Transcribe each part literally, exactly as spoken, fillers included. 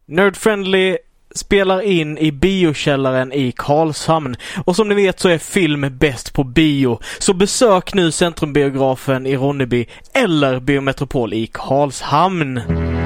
Nerdfriendly spelar in i biokällaren i Karlshamn. Och som ni vet så är film bäst på bio. Så besök nu Centrumbiografen i Ronneby eller Biometropol i Karlshamn.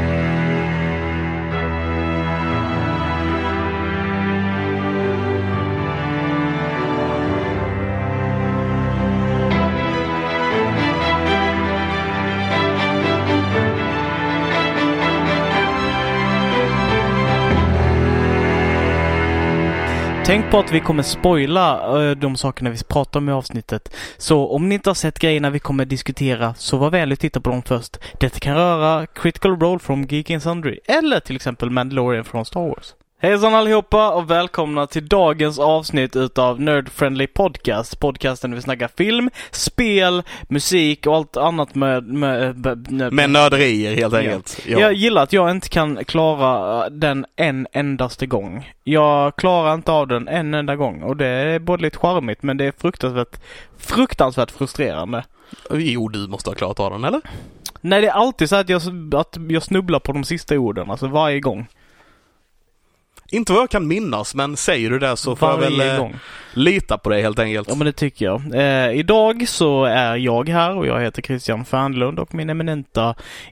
Tänk på att vi kommer spoila uh, de sakerna vi pratar om i avsnittet. Så om ni inte har sett grejerna vi kommer diskutera, så var vänlig och titta på dem först. Detta kan röra Critical Role från Geek and Sundry eller till exempel Mandalorian från Star Wars. Hejsan allihopa och välkomna till dagens avsnitt utav Nerdfriendly Podcast. Podcasten där vi snackar film, spel, musik och allt annat med... Med, med, med nörderier helt enkelt. Ja. Jag gillar att jag inte kan klara den en endaste gång. Jag klarar inte av den en enda gång. Och det är både lite charmigt, men det är fruktansvärt, fruktansvärt frustrerande. Jo, du måste ha klarat av den, eller? Nej, det är alltid så att jag, att jag snubblar på de sista orden. Alltså varje gång. Inte vad jag kan minnas, men säger du det så får jag väl eh, lita på det helt enkelt. Ja, men det tycker jag. Eh, idag så är jag här och jag heter Christian Fernlund och min eminenta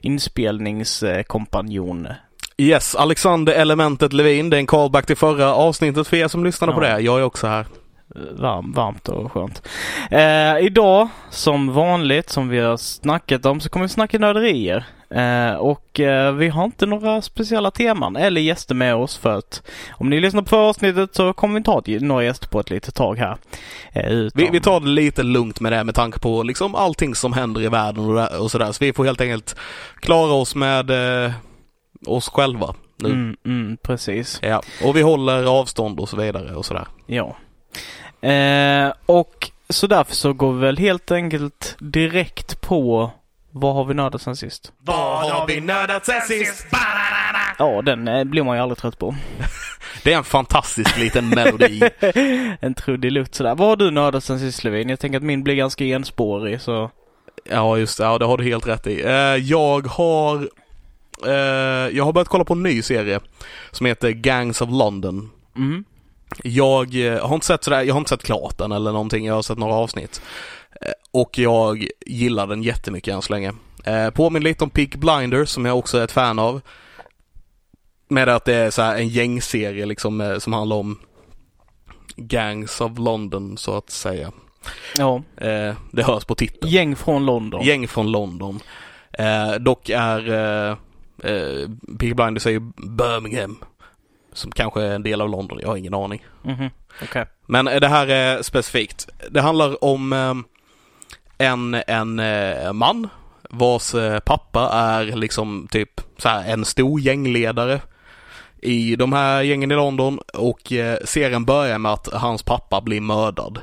inspelningskompanjon. Yes, Alexander Elementet Levin. Det är en callback till förra avsnittet för er som lyssnade ja. på det. Jag är också här. Varm, varmt och skönt. Eh, idag, som vanligt, som vi har snackat om, så kommer vi snacka nörderier. Eh, och eh, vi har inte några speciella teman eller gäster med oss för att om ni lyssnar på förra avsnittet så kommer vi ta några gäster på ett litet tag här. Eh, utan... vi, vi tar det lite lugnt med det med tanke på liksom allting som händer i världen och, och sådär. Så vi får helt enkelt klara oss med eh, oss själva nu. Mm, mm, precis. Ja, och vi håller avstånd och så vidare och sådär. Ja. Eh, och så därför så går vi väl helt enkelt direkt på vad har vi nördat sen sist? Vad har vi nördat sen sist? Ja, den eh, blir man ju aldrig trött på. Det är en fantastisk liten melodi. En trudelutt sådär. Vad har du nördat sen sist, Levin? Jag tänker att min blir ganska enspårig, så... Ja, just det. Ja, det har du helt rätt i. Eh, jag har... Eh, jag har börjat kolla på en ny serie som heter Gangs of London. Mm. Jag har inte sett sådär, jag har inte sett klart den eller någonting, jag har sett några avsnitt. Och jag gillar den jättemycket än så länge. Påminner lite om Peaky Blinders som jag också är ett fan av. Med att det är så här en gängserie liksom, som handlar om Gangs of London så att säga. Ja. Det hörs på titeln. Gäng från London. Gäng från London. Dock är Peaky Blinders är ju Birmingham. Som kanske är en del av London, jag har ingen aning. Mm-hmm. Okay. Men det här är specifikt. Det handlar om eh, en, en eh, man vars eh, pappa är liksom typ så här, en stor gängledare i de här gängen i London. Och eh, serien börjar med att hans pappa blir mördad.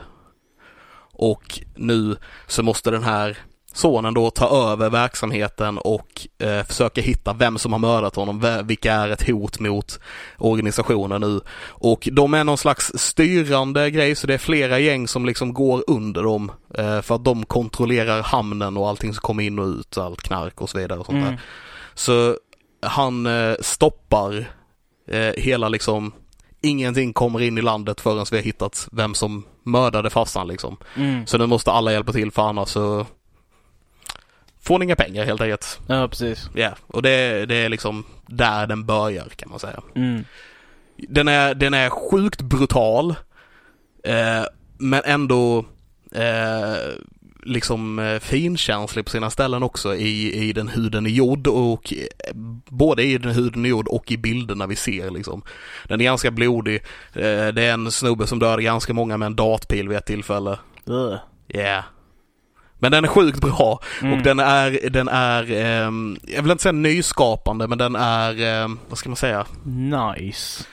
Och nu så måste den här sonen då ta över verksamheten och eh, försöka hitta vem som har mördat honom, vilka är ett hot mot organisationen nu. Och de är någon slags styrande grej, så det är flera gäng som liksom går under dem eh, för att de kontrollerar hamnen och allting som kommer in och ut, allt knark och så vidare och sånt mm. där. Så han eh, stoppar eh, hela liksom, ingenting kommer in i landet förrän vi har hittat vem som mördade farsan liksom. Mm. Så nu måste alla hjälpa till, för annars så får ni inga pengar helt enkelt. Ja, precis. Ja, yeah. Och det, det är liksom där den börjar kan man säga. Mm. Den är, den är sjukt brutal eh, men ändå eh, liksom eh, finkänslig på sina ställen också i, i den huden är gjord och eh, både i den huden är gjord och i bilderna vi ser liksom. Den är ganska blodig. Eh, det är en snubbe som dör ganska många med en dartpil vid ett tillfälle. Ja. Uh. Yeah. Men den är sjukt bra. Mm. Och den är, den är eh, jag vill inte säga nyskapande, men den är, eh, vad ska man säga? Nice.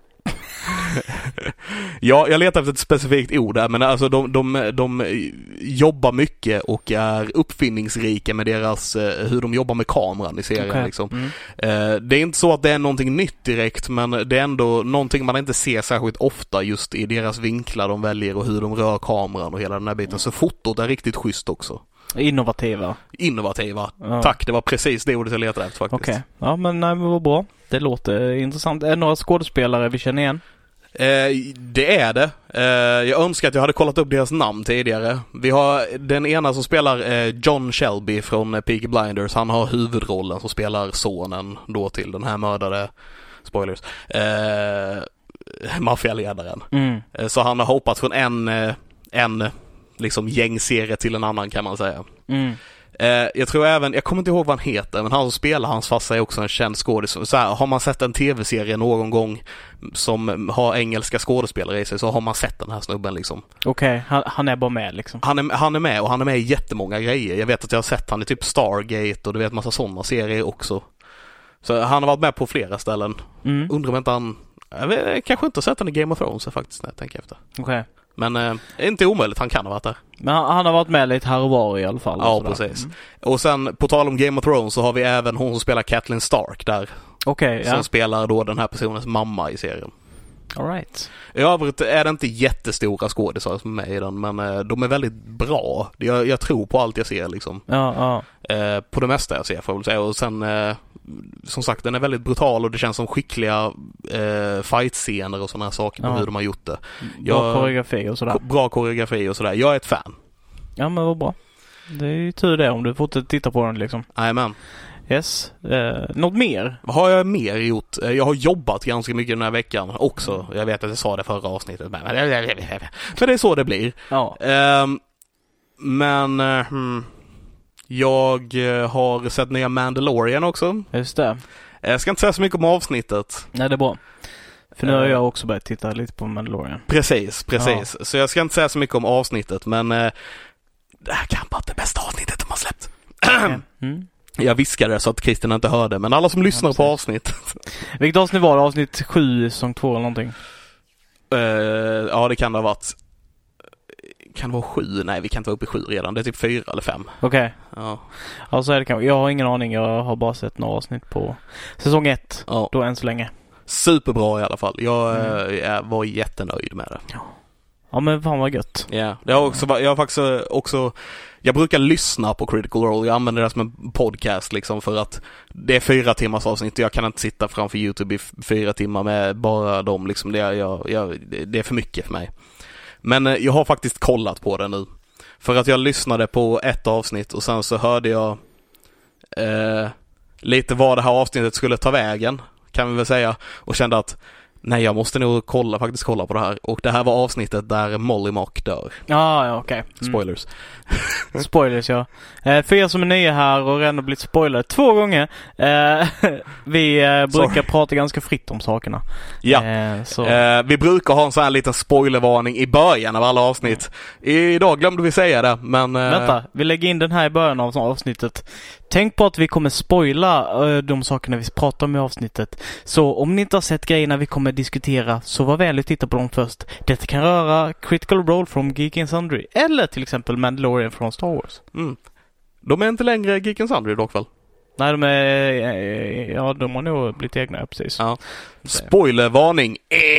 Ja, jag letar efter ett specifikt ord där, men alltså de, de, de jobbar mycket och är uppfinningsrika med deras, hur de jobbar med kameran i serien. Okay. Liksom. Mm. Eh, det är inte så att det är någonting nytt direkt, men det är ändå någonting man inte ser särskilt ofta just i deras vinklar de väljer och hur de rör kameran och hela den här biten. Så fotot är riktigt schysst också. Innovativa. Innovativa. Ja. Tack, det var precis det ordet jag letade efter faktiskt. Okej. Okay. Ja, men, nej, men vad bra. Det låter intressant. Är det några skådespelare vi känner igen? Eh, det är det. Eh, jag önskar att jag hade kollat upp deras namn tidigare. Vi har den ena som spelar eh, John Shelby från eh, Peaky Blinders. Han har huvudrollen som spelar sonen då till den här mördade, spoilers, eh, maffialedaren. Mm. Eh, så han har hoppat från en, eh, en liksom gängserie till en annan kan man säga. Mm. Eh, jag tror även, jag kommer inte ihåg vad han heter, men han som spelar hans farsa är också en känd skådis. Så här, har man sett en tv-serie någon gång som har engelska skådespelare i sig så har man sett den här snubben liksom. Okej, okay. han, han är bara med liksom. Han är, han är med och han är med i jättemånga grejer. Jag vet att jag har sett han i typ Stargate och du vet massa sådana serier också. Så han har varit med på flera ställen. Mm. Undrar om inte han, jag vet, kanske inte har sett han i Game of Thrones faktiskt när jag tänker efter. Okej. Okay. Men eh, inte omöjligt, han kan ha varit där. Men han, han har varit med lite här och var i alla fall. Ja, precis. Mm. Och sen, på tal om Game of Thrones så har vi även hon som spelar Catelyn Stark där. Okej, okay, som ja. spelar då den här personens mamma i serien. All right. I övrigt är det inte jättestora skådisar som är med i den, men eh, de är väldigt bra. Jag, jag tror på allt jag ser liksom. Ja, ja. Eh, på det mesta jag ser får jag väl säga. Och sen, eh, som sagt, den är väldigt brutal och det känns som skickliga eh, fight-scener och sådana här saker på ja. hur de har gjort det. Jag, bra koreografi och sådär. Ko- bra koreografi och sådär. Jag är ett fan. Ja, men vad bra. Det är ju tur det om du fortsätter titta på den liksom. Jajamän. Yes. Eh, något mer? Vad har jag mer gjort? Jag har jobbat ganska mycket den här veckan också. Jag vet att jag sa det förra avsnittet. Men för det är så det blir. Ja. Um, men hmm, jag har sett nya Mandalorian också. Just det. Jag ska inte säga så mycket om avsnittet. Nej, det är bra. För nu har jag också börjat titta lite på Mandalorian. Precis, precis. Ja. Så jag ska inte säga så mycket om avsnittet. Men uh, det här kan vara det bästa avsnittet de har släppt. Okay. Mm. Jag viskade så att Christian inte hörde, men alla som lyssnar ja, på avsnitt. Vilket avsnitt var det? Avsnitt sju, säsong två eller någonting? Uh, ja, det kan det ha varit. Kan det vara sju? Nej, vi kan inte vara uppe i sju redan. Det är typ fyra eller fem. Okej. Okay. Ja. Ja, så är det kanske. Jag har ingen aning. Jag har bara sett några avsnitt på säsong ett. Ja. Då än så länge. Superbra i alla fall. Jag, mm. jag var jättenöjd med det. Ja. Ja, men fan vad gött. Ja, yeah. Det har också, jag har faktiskt också, jag brukar lyssna på Critical Role. Jag använder det som en podcast liksom för att det är fyra timmars avsnitt. Jag kan inte sitta framför YouTube i fyra timmar med bara dem liksom. Det är, jag, jag, det är för mycket för mig. Men jag har faktiskt kollat på det nu. För att jag lyssnade på ett avsnitt och sen så hörde jag eh, lite vad det här avsnittet skulle ta vägen, kan vi väl säga. Och kände att nej, jag måste nog kolla, faktiskt kolla på det här. Och det här var avsnittet där Molly Mock dör. Ah, ja, okej. Okay. Mm. Spoilers. Spoilers, ja. Eh, för er som är nya här och redan har blivit spoilade två gånger. Eh, vi eh, brukar Sorry. prata ganska fritt om sakerna. Ja. Eh, så. Eh, vi brukar ha en sån här liten spoilervarning i början av alla avsnitt. Idag glömde vi säga det, men... Eh... Vänta, vi lägger in den här i början av avsnittet. Tänk på att vi kommer spoila uh, de sakerna vi pratar om i avsnittet. Så om ni inte har sett grejerna vi kommer diskutera, så var vänlig och titta på dem först. Detta kan röra Critical Role från Geek and Sundry, eller till exempel Mandalorian från Star Wars. Mm. De är inte längre Geek and Sundry dock väl? Nej, de är... Ja, de har nog blivit egna, precis. Ja. Spoilervarning.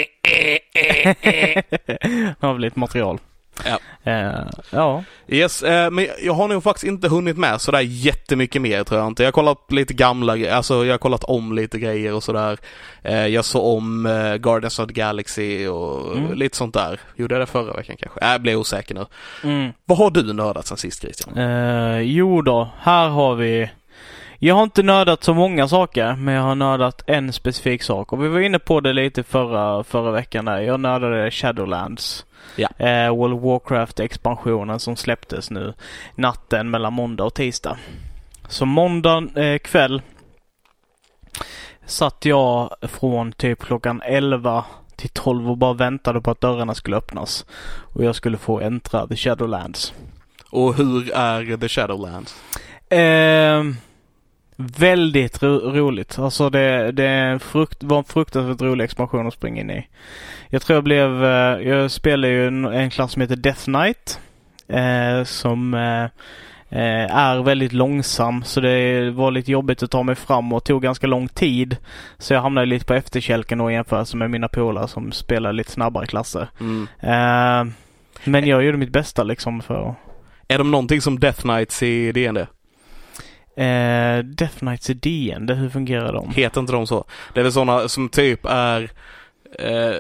Det har blivit material. Ja. Uh, ja. Yes, uh, men jag har nog faktiskt inte hunnit med sådär jättemycket mer, tror jag inte. Jag har kollat lite gamla, alltså jag har kollat om lite grejer och sådär. Uh, jag såg om uh, Guardians of the Galaxy och mm. lite sånt där. Gjorde jag det förra veckan kanske? Jag blir osäker nu. Mm. Vad har du nördat sen sist, Christian? Uh, jo då, här har vi... Jag har inte nördat så många saker, men jag har nördat en specifik sak. Och vi var inne på det lite förra, förra veckan där. Jag nördade Shadowlands. Ja. Eh, World of Warcraft-expansionen som släpptes nu natten mellan måndag och tisdag. Så måndag eh, kväll satt jag från typ klockan elva till tolv och bara väntade på att dörrarna skulle öppnas. Och jag skulle få äntra The Shadowlands. Och hur är The Shadowlands? Eh... Väldigt ro- roligt. Alltså det, det är en frukt, var en fruktansvärt rolig expansion att springa in i. Jag tror jag blev... Jag spelar ju en, en klass som heter Death Knight. Eh, som eh, är väldigt långsam. Så det var lite jobbigt att ta mig fram och tog ganska lång tid. Så jag hamnade lite på efterkälken och jämfört med mina polare som spelar lite snabbare klasser. Mm. Eh, men jag gjorde mitt bästa liksom för... Är de någonting som Death Knights i D and D? Eh, Death Knights i D and D, hur fungerar de? Heter inte de så? Det är väl sådana som typ är eh,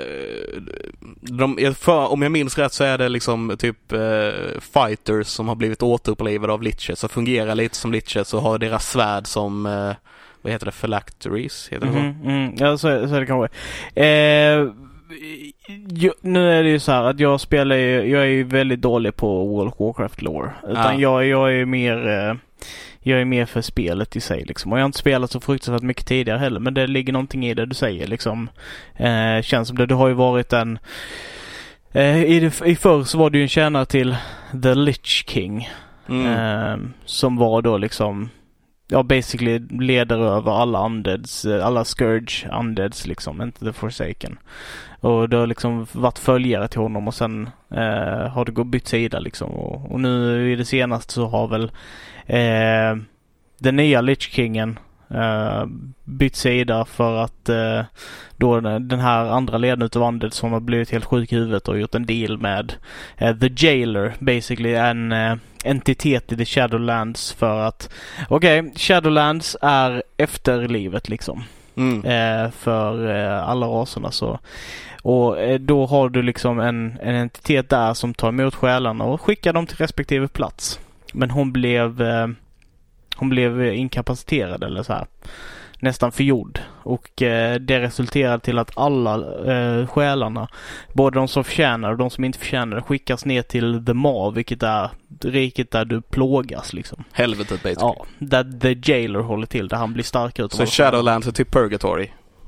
de, för, om jag minns rätt så är det liksom typ eh, fighters som har blivit återupplivade av liches och fungerar lite som liches och har deras svärd som eh, vad heter det? Phylacteries? Heter det så? Mm, mm, ja, så, så är det kanske. Eh, ju, nu är det ju så här att jag spelar ju, jag är ju väldigt dålig på World of Warcraft lore. Utan ah. jag, jag är mer eh, jag är mer för spelet i sig liksom. Och jag har inte spelat så fruktansvärt mycket tidigare heller. Men det ligger någonting i det du säger liksom. Eh, känns som det. Du har ju varit en eh, i, det, i förr så var du ju en tjänare till The Lich King. Mm. Eh, som var då liksom ja, basically leder över alla undeads, alla Scourge undeads liksom, inte The Forsaken. Och det har liksom varit följare till honom och sen eh, har det gått bytt sida liksom. Och, och nu i det senaste så har väl eh, den nya Lich Kingen eh, bytt sida för att eh, då den här andra ledaren utav undeads som har blivit helt sjuk i huvudet och gjort en deal med eh, The Jailer, basically en eh, entitet i The Shadowlands för att okej, okay, Shadowlands är efterlivet liksom. Mm. Eh, för eh, alla raserna så. Och eh, då har du liksom en, en entitet där som tar emot själarna och skickar dem till respektive plats. Men hon blev eh, hon blev inkapaciterad eller så här. Nästan förgjord. Och eh, det resulterade till att alla eh, själarna, både de som förtjänar och de som inte förtjänar, skickas ner till The Maw, vilket är riket där du plågas liksom. Helvetet basically. Ja, där The Jailer håller till, där han blir starkare. Så Shadowlands är typ Purgatory?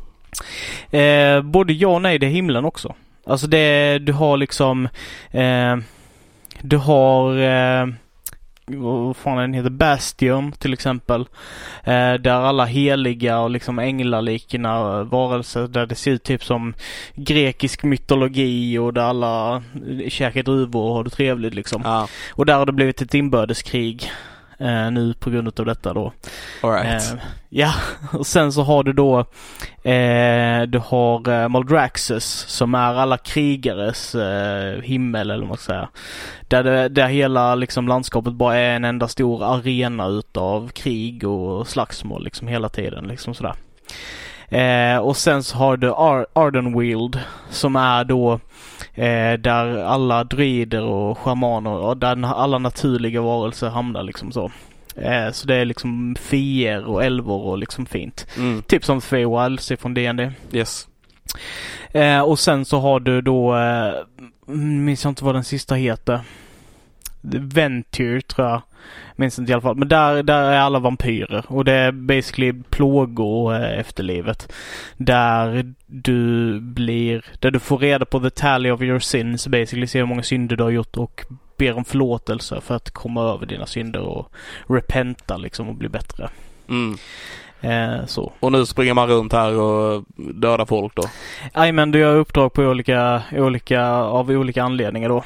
Eh, både ja och nej, det är himlen också. Alltså det, du har liksom eh, du har eh, vad fan den heter, Bastion till exempel, eh, där alla heliga och liksom änglalikna varelser, där det ser ut typ som grekisk mytologi och där alla käkar druvor och har det trevligt liksom. Ja. Och där har det blivit ett inbördeskrig eh, nu på grund av detta då. All right. Eh, ja, och sen så har du då eh, du har eh, Maldraxxus som är alla krigares eh, himmel eller vad man ska säga. Där, det, där hela liksom, landskapet bara är en enda stor arena utav krig och slagsmål liksom hela tiden liksom sådär. Eh, och sen så har du Ar- Ardenweald som är då eh, där alla druider och shamaner och där alla naturliga varelser hamnar liksom så. Eh, så det är liksom fier och älvor och liksom fint. Mm. Typ som Feywilds från D and D. Yes. Eh, och sen så har du då eh, minns jag inte vad den sista heter. Venture tror jag. Minns inte i alla fall. Men där, där är alla vampyrer. Och det är basically plågor eh, efter livet. Där du blir där du får reda på the tally of your sins. Basically se hur många synder du har gjort och ber om förlåtelse för att komma över dina synder och repenta liksom och bli bättre. Mm. Eh, så. Och nu springer man runt här och dödar folk då? Nej, men du gör uppdrag på olika, olika av olika anledningar då.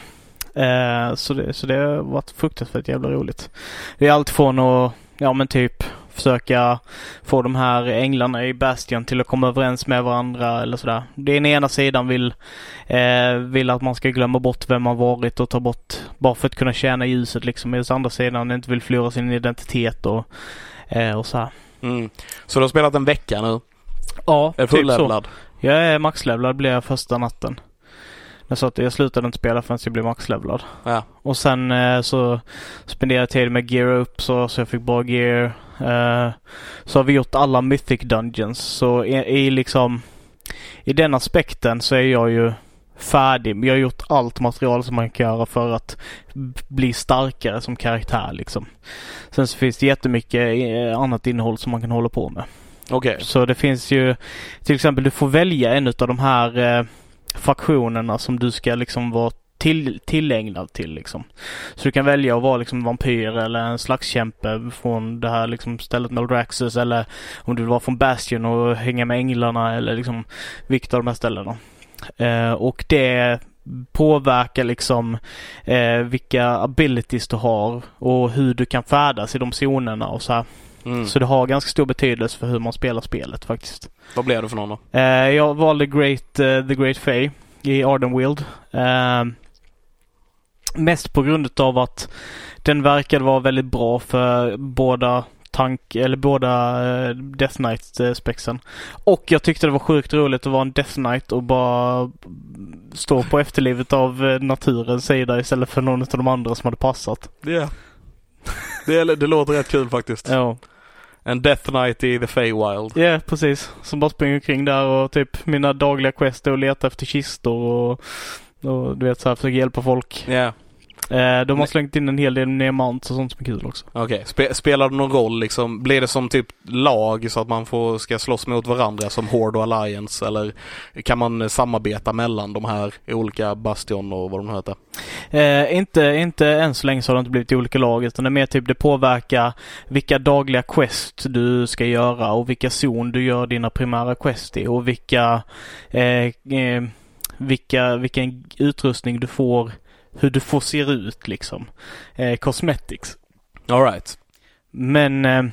Eh, så, det, så det har varit fruktansvärt jävla roligt. Det är allt från att ja men typ försöka få de här änglarna i Bastion till att komma överens med varandra eller sådär. Den ena sidan vill eh, vill att man ska glömma bort vem man varit och ta bort bara för att kunna tjäna ljuset liksom. Medan andra sidan inte vill förlora sin identitet och, eh, och så här. Mm. Så du har spelat en vecka nu? Ja, är typ så. Jag är maxlevlad, blev jag första natten. Jag sa att jag slutade inte spela förrän jag blev maxlevlad. Ja. Och sen eh, så spenderade jag tid med gear upp så, så jag fick bra gear. Eh, så har vi gjort alla Mythic Dungeons. Så i, i liksom i den aspekten så är jag ju färdig. Jag har gjort allt material som man kan göra för att bli starkare som karaktär liksom. Sen så finns det jättemycket annat innehåll som man kan hålla på med. Okej. Så det finns ju till exempel du får välja en av de här eh, faktionerna som du ska liksom vara till, tillägnad till liksom. Så du kan välja att vara liksom vampyr eller en slags kämpe från det här liksom stället Maldraxxus, eller om du vill vara från Bastion och hänga med änglarna eller liksom vilket av de här ställena. Eh, och det påverkar liksom eh, vilka abilities du har och hur du kan färdas i de zonerna och så här. Mm. Så det har ganska stor betydelse för hur man spelar spelet faktiskt. Vad blev det för någon då? Eh, jag valde Great, uh, The Great Fae i Ardenweald. Eh, mest på grund av att den verkade vara väldigt bra för båda tank eller båda uh, Death Knight-spexen. Och jag tyckte det var sjukt roligt att vara en Death Knight och bara stå på efterlivet av uh, naturens sida istället för någon av de andra som hade passat. Yeah. det, är, det låter rätt kul faktiskt. Ja. En Death Knight i The Feywild. Ja, yeah, precis. Som bara springer omkring där och typ mina dagliga quest och leta efter kistor och, och du vet så här försöka hjälpa folk. Ja. Yeah. Eh, de har slängt in en hel del ner mounts och sånt som är kul också. Okej, okay. Spe- spelar det någon roll liksom? Blir det som typ lag så att man får, ska slåss mot varandra som Horde och Alliance? Eller kan man samarbeta mellan de här olika Bastion och vad de heter? Eh, inte, inte än så länge så har det inte blivit i olika lag, utan det är mer typ det påverkar vilka dagliga quest du ska göra och vilka zon du gör dina primära quest i och vilka, eh, eh, vilka vilken utrustning du får, hur du får ser ut liksom. Eh, cosmetics. All right. Men eh,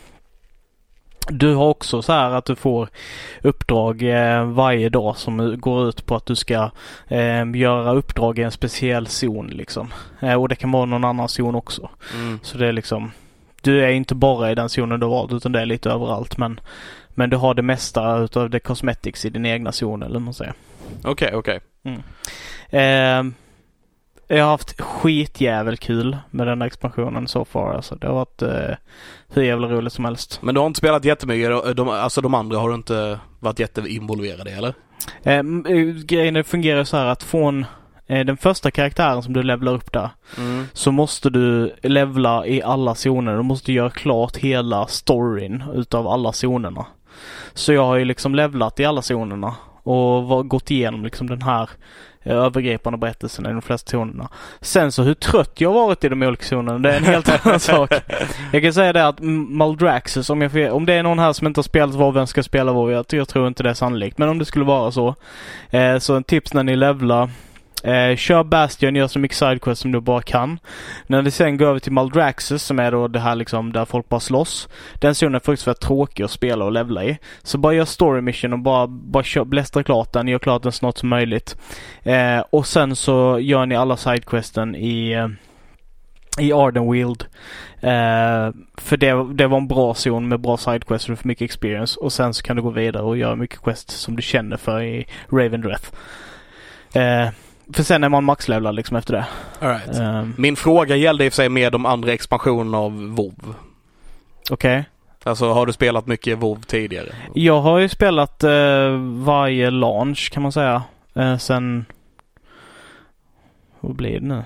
du har också så här att du får uppdrag eh, varje dag som går ut på att du ska eh, göra uppdrag i en speciell zon liksom. Eh, och det kan vara någon annan zon också. Mm. Så det är liksom, du är inte bara i den zonen du har valt utan det är lite överallt, men men du har det mesta utav det cosmetics i din egna zon, eller vad man säger. Okej, okay, okej. Okay. Mm. Eh, Jag har haft skitjävel kul med den expansionen så far. Alltså. Det har varit eh, hur jävla roligt som helst. Men du har inte spelat jättemycket? De, alltså de andra har du inte varit jätteinvolverade i, eller? Eh, grejen fungerar så här att från eh, den första karaktären som du levlar upp där mm. så måste du levla i alla zoner. Du måste göra klart hela storyn utav alla zonerna. Så jag har ju liksom levlat i alla zonerna och var, gått igenom liksom den här övergripande berättelsen i de flesta zonerna. Sen så hur trött jag har varit i de olika zonerna, det är en helt annan sak. Jag kan säga det att Maldraxxus, om, jag, om det är någon här som inte har spelat WoW, vem ska spela WoW? Jag, jag tror inte det är sannolikt. Men om det skulle vara så, eh, så en tips när ni levlar, Eh, kör Bastion, gör så mycket sidequest som du bara kan. När vi sen går över till Maldraxxus, som är då det här liksom där folk bara slåss. Den zonen är faktiskt väldigt tråkig att spela och levla i. Så bara gör story mission och bara, bara kör, blästra klart den, gör klart den snart som möjligt. Eh, och sen så gör ni alla sidequesten i eh, i Ardenweald. Eh, för det, det var en bra zon med bra sidequests och för mycket experience. Och sen så kan du gå vidare och göra mycket quest som du känner för i Ravendreth. Eh, För sen är man maxlevlad liksom efter det. All right. Um, Min fråga gällde i och för sig med de andra expansionerna av WoW. Okej. Okay. Alltså har du spelat mycket WoW tidigare? Jag har ju spelat uh, varje launch kan man säga. Uh, sen... Vad blir det nu?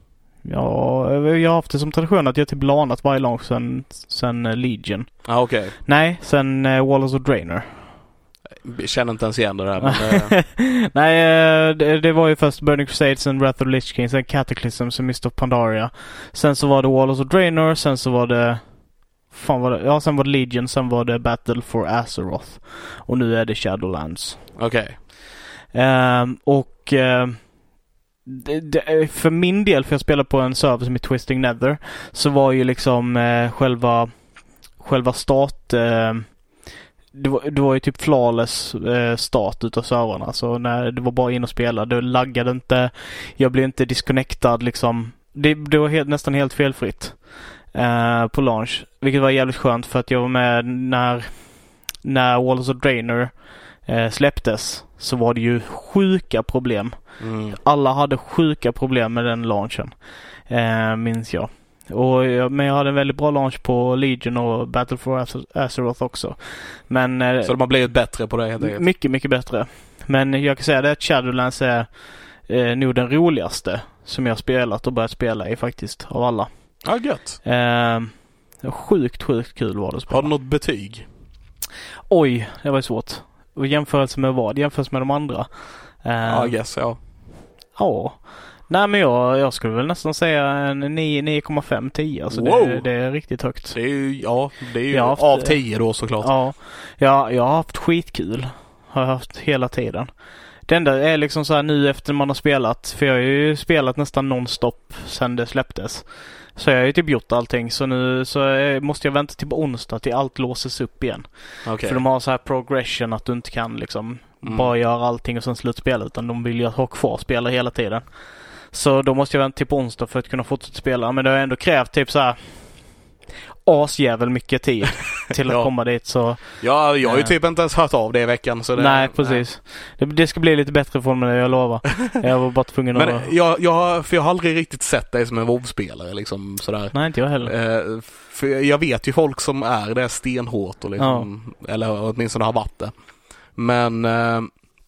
Ja, jag har haft det som tradition att jag typ lanat varje launch sen, sen uh, Legion. Ah, okej. Okay. Nej, sen uh, Walls of Draenor. Jag känner inte ens igen det där. Men, uh... Nej, det, det var ju först Burning Crusade, sen Wrath of the Lich King, sen Cataclysm, sen Mist of Pandaria. Sen så var det Walls of Draenor, sen så var det... Fan var det... Ja, sen var det Legion, sen var det Battle for Azeroth. Och nu är det Shadowlands. Okej. Okay. Um, och... Uh, det, det, för min del, för jag spelar på en server som är Twisting Nether, så var ju liksom uh, själva... Själva start... Uh, Det var, det var ju typ flawless eh, start utav servrarna. Så när det var bara in och spela, det laggade inte. Jag blev inte disconnectad liksom. Det, det var helt, nästan helt felfritt eh, på launch. Vilket var jävligt skönt för att jag var med när när Walls of Draenor eh, släpptes. Så var det ju sjuka problem. Mm. Alla hade sjuka problem med den launchen. Eh, minns jag. Och jag, men jag hade en väldigt bra launch på Legion och Battle for Azeroth också. Men, så de har blivit bättre på det helt enkelt? Mycket, mycket bättre. Men jag kan säga det att Shadowlands är eh, nog den roligaste som jag har spelat och börjat spela i faktiskt av alla. Ja, gött. Eh, sjukt, sjukt kul var det att spela. Har du något betyg? Oj, det var svårt. Och jämförelse med vad? Jämförelse med de andra. Eh, ja, I guess, ja. Ja. Nej, men jag, jag skulle väl nästan säga en nio komma fem tio. Alltså wow. det, det är riktigt högt. Det är ju, ja, det är ju haft, av tio då såklart. Ja, ja, jag har haft skitkul. Har jag haft hela tiden. Det enda är liksom så här nu efter man har spelat. För jag har ju spelat nästan nonstop sedan det släpptes. Så jag har ju typ gjort allting. Så nu så måste jag vänta till på onsdag till allt låses upp igen. Okay. För de har så här progression att du inte kan liksom mm. bara göra allting och sen slutspela. Utan de vill ju ha kvar spela hela tiden. Så då måste jag vänta till på onsdag för att kunna fortsätta spela. Men det har ändå krävt typ så här asjävel mycket tid till att ja. komma dit. Så, ja, jag har ju äh, typ inte ens hört av det i veckan. Så det, nej, precis. Nej. Det, det ska bli lite bättre för mig, jag lovar. Jag var bara tvungen Men att... jag, jag, för jag har aldrig riktigt sett dig som en WoW-spelare liksom sådär. Nej, inte jag heller. Eh, för jag vet ju folk som är det stenhårt och liksom, ja. eller åtminstone har varit det. Men eh,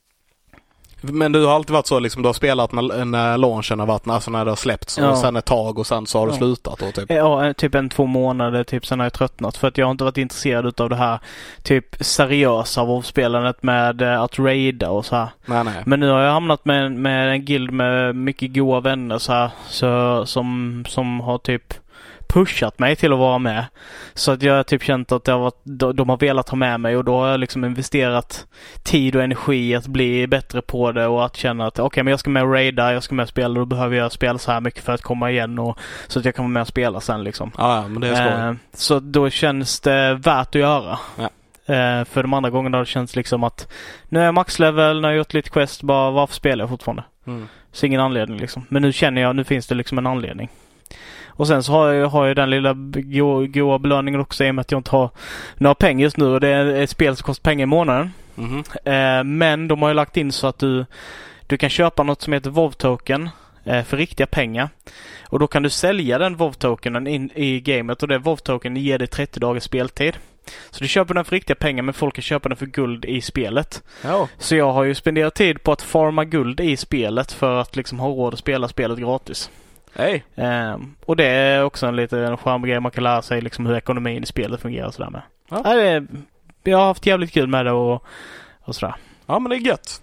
men du har alltid varit så liksom, du har spelat när, när launchen har varit, alltså när det har släppts ja. och sen ett tag och sen så har du ja. slutat och typ. Ja, typ en två månader typ, sen har jag tröttnat för att jag har inte varit intresserad av det här typ seriösa WoW-spelandet med uh, att raida och så här. Nej, nej. Men nu har jag hamnat med, med en guild med mycket goda vänner så här, så, som, som har typ pushat mig till att vara med. Så att jag har typ känt att det har varit, de har velat ha med mig och då har jag liksom investerat tid och energi att bli bättre på det och att känna att okej, okay, men jag ska med och raida, jag ska med och spela, då behöver jag spela så här mycket för att komma igen och så att jag kan vara med och spela sen liksom. Ja, men det är skoj. Eh, så då känns det värt att göra. Ja. Eh, för de andra gångerna har det känts liksom att nu är jag maxlevel, när jag har gjort lite quest, bara varför spelar jag fortfarande? Mm. Så ingen anledning liksom. Men nu känner jag, nu finns det liksom en anledning. Och sen så har jag, har jag den lilla goa, goa belöningen också i och med att jag inte har några pengar just nu och det är ett spel som kostar pengar i månaden. Mm. Eh, men de har ju lagt in så att du, du kan köpa något som heter WoW-token eh, för riktiga pengar. Och då kan du sälja den WoW-tokenen in i gamet och det WoW-token ger dig trettio dagars speltid. Så du köper den för riktiga pengar men folk kan köpa den för guld i spelet. Oh. Så jag har ju spenderat tid på att farma guld i spelet för att liksom ha råd att spela spelet gratis. Hey. Um, och det är också en liten charmgrej man kan lära sig liksom hur ekonomin i spelet fungerar och sådär med. Ja. Ja, det, jag har haft jävligt kul med det och, och sådär. Ja, men det är gött.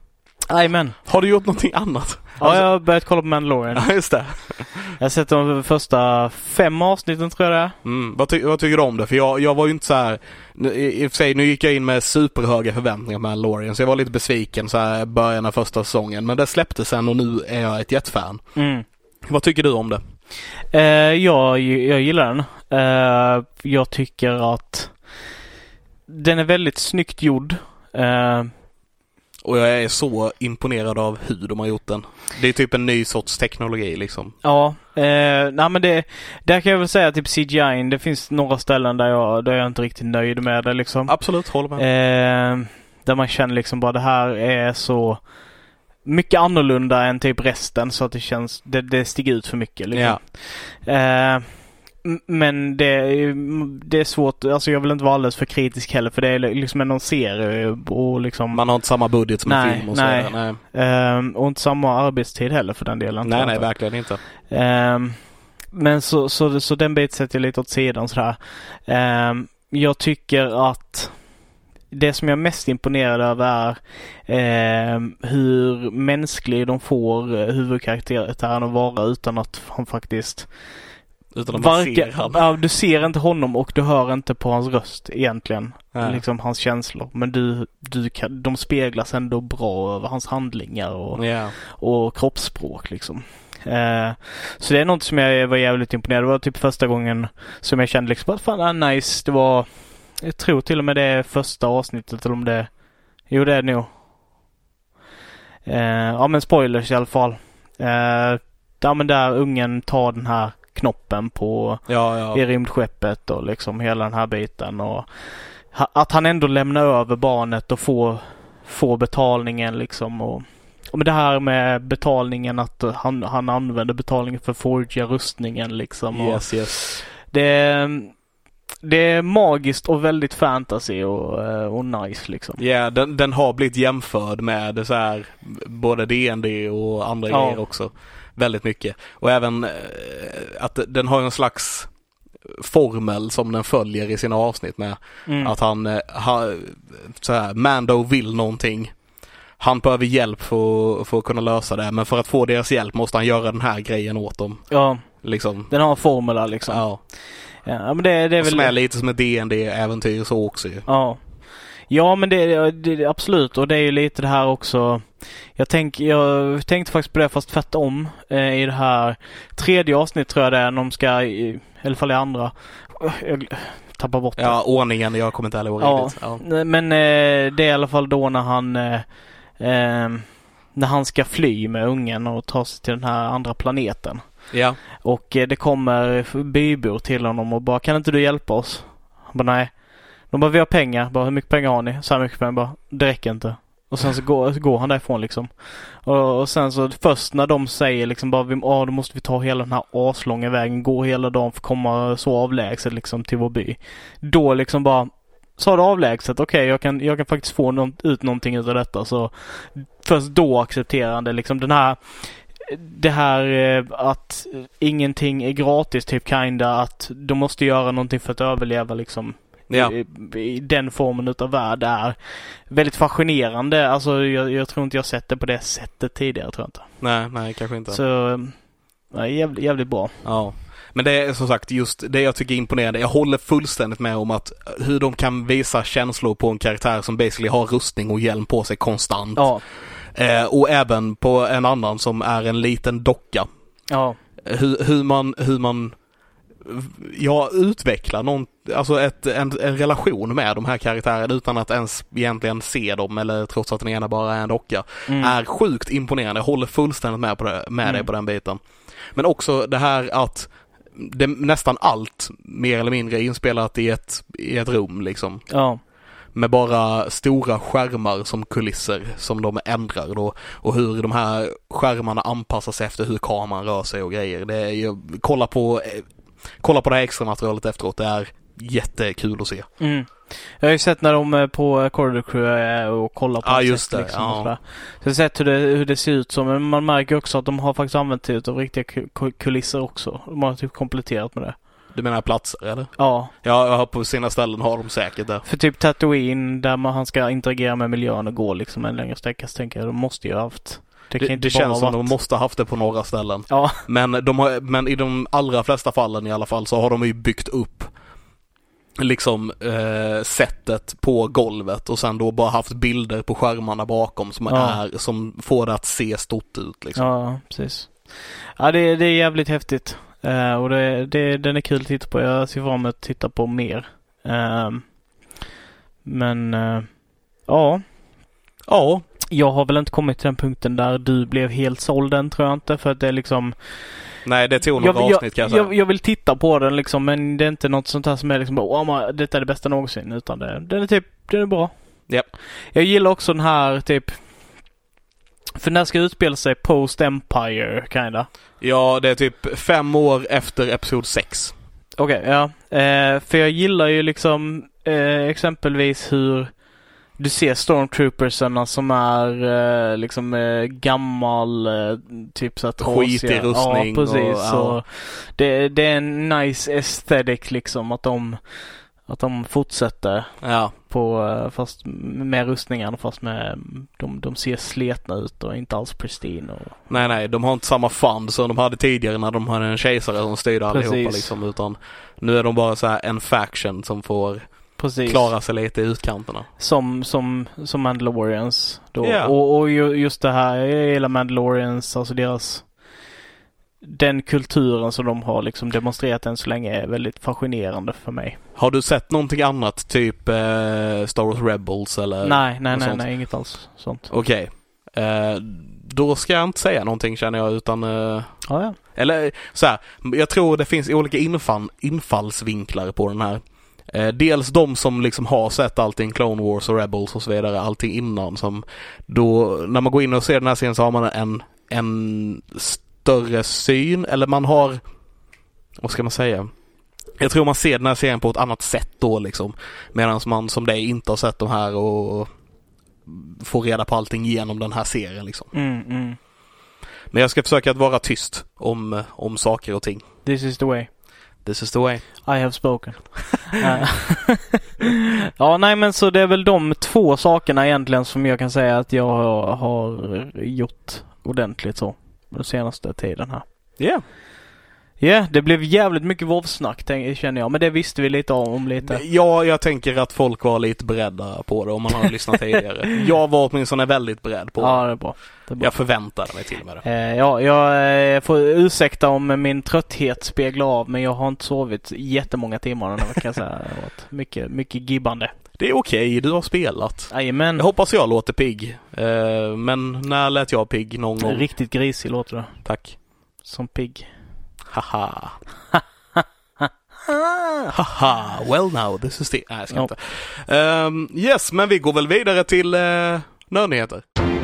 Amen. Har du gjort någonting annat? Ja, alltså... jag har börjat kolla på Mandalorian. Ja, just det. Jag har sett de första fem avsnitten tror jag det är. Mm. Vad, ty- vad tycker du om det? För jag, jag var ju inte så här... Nu, i, i och för sig, nu gick jag in med superhöga förväntningar med Mandalorian så jag var lite besviken så här början av första säsongen. Men det släppte sen och nu är jag ett jättefan. Mm. Vad tycker du om det? Uh, jag, jag gillar den. Uh, jag tycker att den är väldigt snyggt gjord. Uh, och jag är så imponerad av hur de har gjort den. Det är typ en ny sorts teknologi liksom. Ja, uh, nej men det där kan jag väl säga typ C G I, det finns några ställen där jag, där jag inte är riktigt nöjd med det liksom. Absolut, håller med. Uh, där man känner liksom bara det här är så mycket annorlunda än typ resten så att det känns, det, det stiger ut för mycket liksom. Ja. Eh, men det är, det är svårt, alltså jag vill inte vara alldeles för kritisk heller för det är liksom en serie och liksom man har inte samma budget som nej, en film och nej. så. Nej. Eh, och inte samma arbetstid heller för den delen. Nej, nej, verkligen inte. Eh, men så, så, så den bit sätter jag lite åt sidan sådär. Eh, jag tycker att det som jag är mest imponerad över är eh, hur mänsklig de får huvudkaraktären att vara utan att han faktiskt utan att man varken, ser han. Ja, du ser inte honom och du hör inte på hans röst egentligen. Nej. Liksom hans känslor. Men du, du kan, de speglas ändå bra över hans handlingar och, yeah. och kroppsspråk liksom. Eh, så det är något som jag var jävligt imponerad. Det var typ första gången som jag kände liksom att fan, ah, nice, det var. Jag tror till och med det är första avsnittet eller om det... Jo, det är det nog. Eh, ja, men spoilers i alla fall. Eh, ja, men där ungen tar den här knoppen på ja, ja. i rymdskeppet och liksom hela den här biten. Och ha, att han ändå lämnar över barnet och får, får betalningen liksom. Och, och med det här med betalningen att han, han använder betalningen för att forga rustningen liksom. Yes, och yes. Det... Det är magiskt och väldigt fantasy och, och nice liksom. Ja, yeah, den, den har blivit jämförd med så här, både D and D och andra ja. grejer också. Väldigt mycket. Och även eh, att den har en slags formel som den följer i sina avsnitt med. Mm. Att han, eh, ha, så här, Mando vill någonting. Han behöver hjälp för, för att kunna lösa det. Men för att få deras hjälp måste han göra den här grejen åt dem. Ja, liksom. Den har formula liksom. Ja. Ja, men det, det är väl... Som är lite som ett D and D-äventyr så också ju. Ja. Ja, men det, det absolut. Och det är ju lite det här också. Jag, tänk, jag tänkte faktiskt på det fast tvärtom eh, i det här tredje avsnitt tror jag det är. När de ska, i, i alla fall i andra. Jag tappar bort det. Ja, ordningen. Jag kommer inte heller ihåg ja, riktigt. Ja. Men eh, det är i alla fall då när han... Eh, eh, när han ska fly med ungen och ta sig till den här andra planeten. Ja. Och eh, det kommer bybor till honom och bara, kan inte du hjälpa oss? Han bara, nej. De bara, vi har pengar. Bara, hur mycket pengar har ni? Så här mycket pengar. Bara, det räcker inte. Och sen så går, så går han därifrån liksom. Och, och sen så först när de säger liksom bara, ja, då måste vi ta hela den här aslånga vägen, gå hela dagen för att komma så avlägset liksom till vår by. Då liksom bara, så har det avlägset, okej, okay, jag kan, jag kan faktiskt få någon, ut någonting av detta. Så först då accepterar han det liksom, den här det här eh, att ingenting är gratis typ kinda, att de måste göra någonting för att överleva liksom. Ja. I, i den formen utav värld är väldigt fascinerande. Alltså jag, jag tror inte jag sett det på det sättet tidigare, tror jag inte. Nej, nej, kanske inte. Så ja, jävligt, jävligt bra. Ja. Men det är som sagt just det jag tycker är imponerande. Jag håller fullständigt med om att hur de kan visa känslor på en karaktär som basically har rustning och hjälm på sig konstant. Ja. Eh, och även på en annan som är en liten docka. Ja. Hur, hur man hur man ja, utvecklar någon, alltså ett, en, en relation med de här karaktärerna utan att ens egentligen se dem, eller trots att den ena bara är en docka, mm. är sjukt imponerande. Jag håller fullständigt med, på det, med mm. dig på den biten. Men också det här att det, nästan allt mer eller mindre är inspelat i ett, i ett rum liksom. Ja. Med bara stora skärmar som kulisser som de ändrar då, och hur de här skärmarna anpassar sig efter hur kameran rör sig och grejer. Det är ju, kolla på kolla på det här extra materialet efteråt, det är jättekul att se. Mm. Jag har ju sett när de är på Corridor Crew och kollar på ja, just sätt, det. Liksom, ja. och så, så jag har sett hur det, hur det ser ut som, men man märker också att de har faktiskt använt det av riktiga kulisser också. De har typ kompletterat med det. Du menar platser, eller? Ja. Ja, på sina ställen har de säkert det. För typ Tatooine, där man, han ska interagera med miljön och gå liksom en längre sträcka, så tänker jag, de måste ju ha haft. Det, det, det känns som de måste ha haft det på några ställen. Ja. Men, de har, men i de allra flesta fallen i alla fall så har de ju byggt upp liksom eh, sättet på golvet och sen då bara haft bilder på skärmarna bakom som, ja. är, som får det att se stort ut. Liksom. Ja, precis. Ja, det, det är jävligt häftigt. Uh, och det, det, den är kul att titta på. Jag ser fram emot att titta på mer. Uh, men uh, ja. Ja. Jag har väl inte kommit till den punkten där du blev helt såld än, tror jag inte. För att det är liksom... Nej, det tog några jag, avsnitt kan jag säga. Jag, jag vill titta på den liksom, men det är inte något sånt här som är liksom åh, man, detta är det bästa någonsin, utan det, den är typ, den är bra. Yep. Jag gillar också den här typ, för när ska utspela sig post-Empire kinda. Ja, det är typ fem år efter episod sex. Okej, okay, ja. Eh, för jag gillar ju liksom eh, exempelvis hur du ser stormtroopersarna som är eh, liksom eh, gammal eh, typ så att skit i rustning. Ja, precis. Och, ja. Så det, det är en nice aesthetic liksom att de att de fortsätter ja. på fast med rustningarna, fast med de, de ser sletna ut och inte alls pristine. Och... Nej, nej, de har inte samma fund som de hade tidigare när de hade en kejsare som styrde allihopa liksom, utan nu är de bara så här en faction som får Precis. klara sig lite i utkanterna. Som, som, som Mandalorians då. Yeah. Och, och just det här, jag gillar Mandalorians, alltså deras den kulturen som de har liksom demonstrerat än så länge är väldigt fascinerande för mig. Har du sett någonting annat? Typ eh, Star Wars Rebels eller? Nej, nej, nej, nej, inget alls sånt. Okej. Okay. Eh, då ska jag inte säga någonting, känner jag, utan eh, ja, ja. Eller så här, jag tror det finns olika infall, infallsvinklar på den här. Eh, dels de som liksom har sett allting, Clone Wars och Rebels och så vidare, allting innan, som då, när man går in och ser den här scenen så har man en en större syn, eller man har, vad ska man säga, jag tror man ser den här serien på ett annat sätt då liksom, medan man som dig inte har sett de här och får reda på allting genom den här serien liksom. Mm, mm. Men jag ska försöka att vara tyst om, om saker och ting. This is the way. This is the way. I have spoken. Ja, nej, men så det är väl de två sakerna egentligen som jag kan säga att jag har gjort ordentligt så den senaste tiden här. Ja. Yeah. Ja, yeah, det blev jävligt mycket vovsnack, känner jag. Men det visste vi lite om, om lite. Ja, jag tänker att folk var lite beredda på det om man har lyssnat tidigare. Jag var åtminstone väldigt beredd på det. Ja, det är bra. Det är bra. Jag förväntade mig till och med det. Eh, ja, jag eh, får ursäkta om min trötthet speglar av, men jag har inte sovit jättemånga timmar den här veckan. Så mycket, mycket gibbande. Det är okej, du har spelat. Jajamän. Jag hoppas jag låter pigg. Uh, men när lät jag pigg någon gång? Riktigt grisig låter det. Tack. Som pigg. Haha. Haha. Well now, this is the... Nej, jag ska ja. inte. Um, yes, men vi går väl vidare till uh, nördnyheter.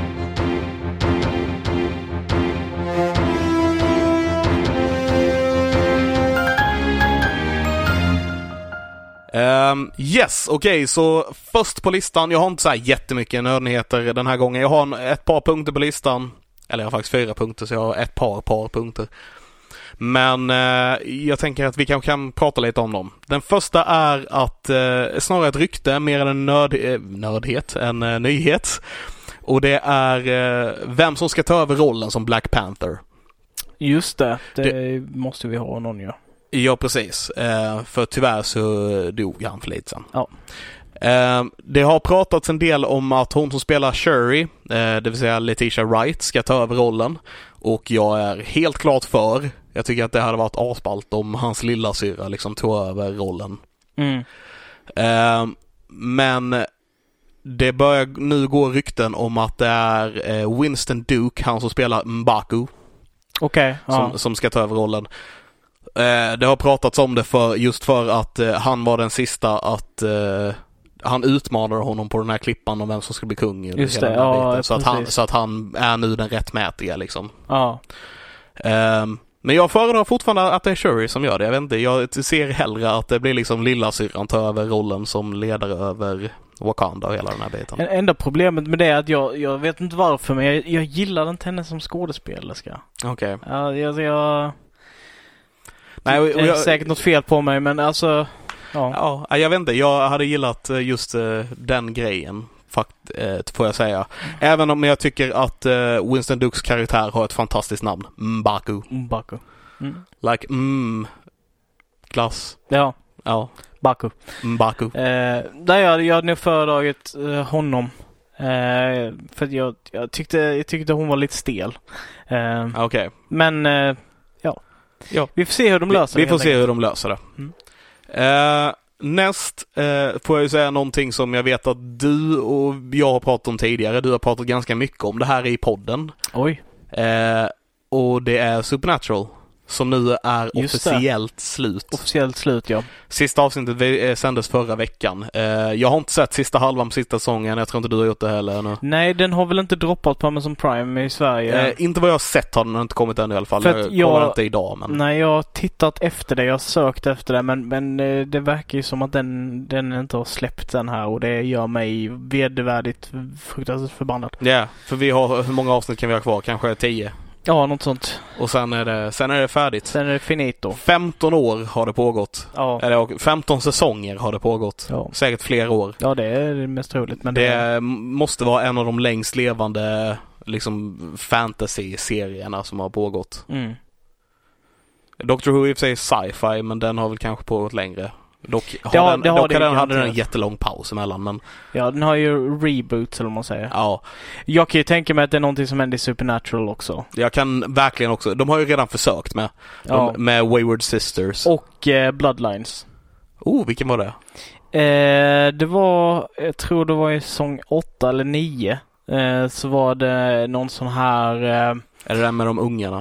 Um, yes, okej, okay, så först på listan, jag har inte så här jättemycket nördnyheter den här gången. Jag har ett par punkter på listan, eller jag har faktiskt fyra punkter, så jag har ett par par punkter. Men uh, jag tänker att vi kanske kan prata lite om dem. Den första är att, uh, snarare ett rykte, mer än en nörd, uh, nördhet, en uh, nyhet. Och det är uh, vem som ska ta över rollen som Black Panther. Just det, det, det måste vi ha någon, ja. Ja, precis. Eh, för tyvärr så dog han för lite sen. Ja. Eh, det har pratats en del om att hon som spelar Shuri, eh, det vill säga Letitia Wright, ska ta över rollen. Och jag är helt klart för. Jag tycker att det hade varit asballt om hans lilla syra liksom tog över rollen. Mm. Eh, men det börjar nu gå rykten om att det är eh, Winston Duke, han som spelar M'Baku. Okej. Okay. Som, ja. som ska ta över rollen. Eh, det har pratats om det för just för att eh, han var den sista att eh, han utmanade honom på den här klippan om vem som skulle bli kung. Just det, ja, så, att han, så att han är nu den rättmätiga liksom. Ja. Eh, men jag föredrar fortfarande att det är Shuri som gör det. Jag vet inte, jag ser hellre att det blir liksom lilla syrran tar över rollen som ledare över Wakanda och hela den här biten. En, enda problemet med det är att jag, jag vet inte varför, men jag, jag gillar inte henne som skådespelerska. Okej. Okay. Ja, jag... jag... Nej, och, och det är jag, säkert något fel på mig, men alltså... Ja. ja, jag vet inte. Jag hade gillat just uh, den grejen, fakt, uh, får jag säga. Även om jag tycker att uh, Winston Dukes karaktär har ett fantastiskt namn. M'Baku. M'Baku. Mm. Like, mm, glass. Ja. Ja. Baku. M'Baku. Eh, där jag, jag hade nu föredragit eh, honom. Eh, för jag, jag, tyckte, jag tyckte hon var lite stel. Eh, Okej. Okay. Men... Eh, Ja. Vi får se hur de löser vi, det. Vi får se hur de löser det. Mm. Uh, näst uh, får jag ju säga någonting som jag vet att du och jag har pratat om tidigare. Du har pratat ganska mycket om det här i podden. Oj. Uh, och det är Supernatural. Som nu är Just officiellt det. slut. Officiellt slut, ja. Sista avsnittet vi, sändes förra veckan. Uh, jag har inte sett sista halvan på sista säsongen. Jag tror inte du har gjort det heller nu. Nej, den har väl inte droppat på Amazon Prime i Sverige. Uh, inte vad jag har sett har den inte kommit än i alla fall. För jag jag kollar inte idag. Men... Nej, jag har tittat efter det. Jag har sökt efter det. Men, men det verkar ju som att den, den inte har släppt den här. Och det gör mig vedervärdigt fruktansvärt förbannad. Ja, yeah, för vi har, hur många avsnitt kan vi ha kvar? Kanske tio? Ja, något sånt. Och sen är det, sen är det färdigt. Sen är det finito. femton år har det pågått. Ja. Eller femton säsonger har det pågått. Ja. Säkert fler år. Ja, det är det mest troligt. Men det, det måste vara en av de längst levande liksom fantasy-serierna som har pågått. Mm. Doctor Who i och för sig är sci-fi, men den har väl kanske pågått längre. Dock, det har, den, det har dock det den hade den en jättelång paus emellan. Men... Ja, den har ju reboots eller vad man säger. Ja. Jag kan ju tänka mig att det är någonting som händer i Supernatural också. Jag kan verkligen också. De har ju redan försökt med. Ja. De, med Wayward Sisters. Och eh, Bloodlines. Oh, vilken var det? Eh, det var, jag tror det var i säsong åtta eller nio. Eh, så var det någon sån här... Eh, är det den med de ungarna?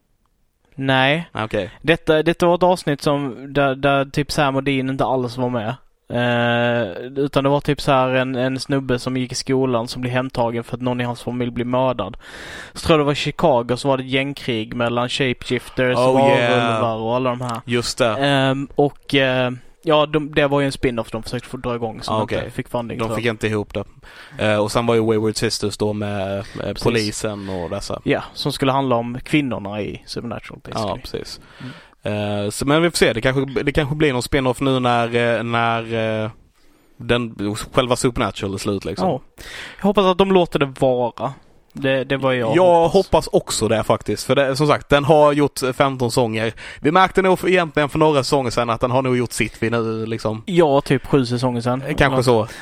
Nej. Okay. Detta, detta var ett avsnitt som där, där typ Sam och Dean inte alls var med. Eh, utan det var typ så här en, en snubbe som gick i skolan som blev hemtagen för att någon i hans familj blev mördad. Så tror jag det var Chicago, så var det ett gängkrig mellan shapeshifters oh, och yeah. varulvar och alla de här. Just det. Eh, och eh, ja, de, det var ju en spin-off de försökte få dra igång som ah, okay. inte fick funding. De fick inte ihop det. Uh, och sen var ju Wayward Sisters då med, med polisen och dessa. Ja, som skulle handla om kvinnorna i Supernatural. Basically. Ja, precis. Mm. Uh, så, men vi får se, det kanske, det kanske blir någon spin-off nu när, när uh, den, själva Supernatural är slut liksom. Ja. Jag hoppas att de låter det vara. Det, det var jag Jag hoppas. hoppas också det faktiskt. För det, som sagt, den har gjort femton sånger. Vi märkte nog för, egentligen för några säsonger sedan att den har nog gjort sitt vi nu liksom. Ja, typ sju säsonger sedan. Kanske ja. så.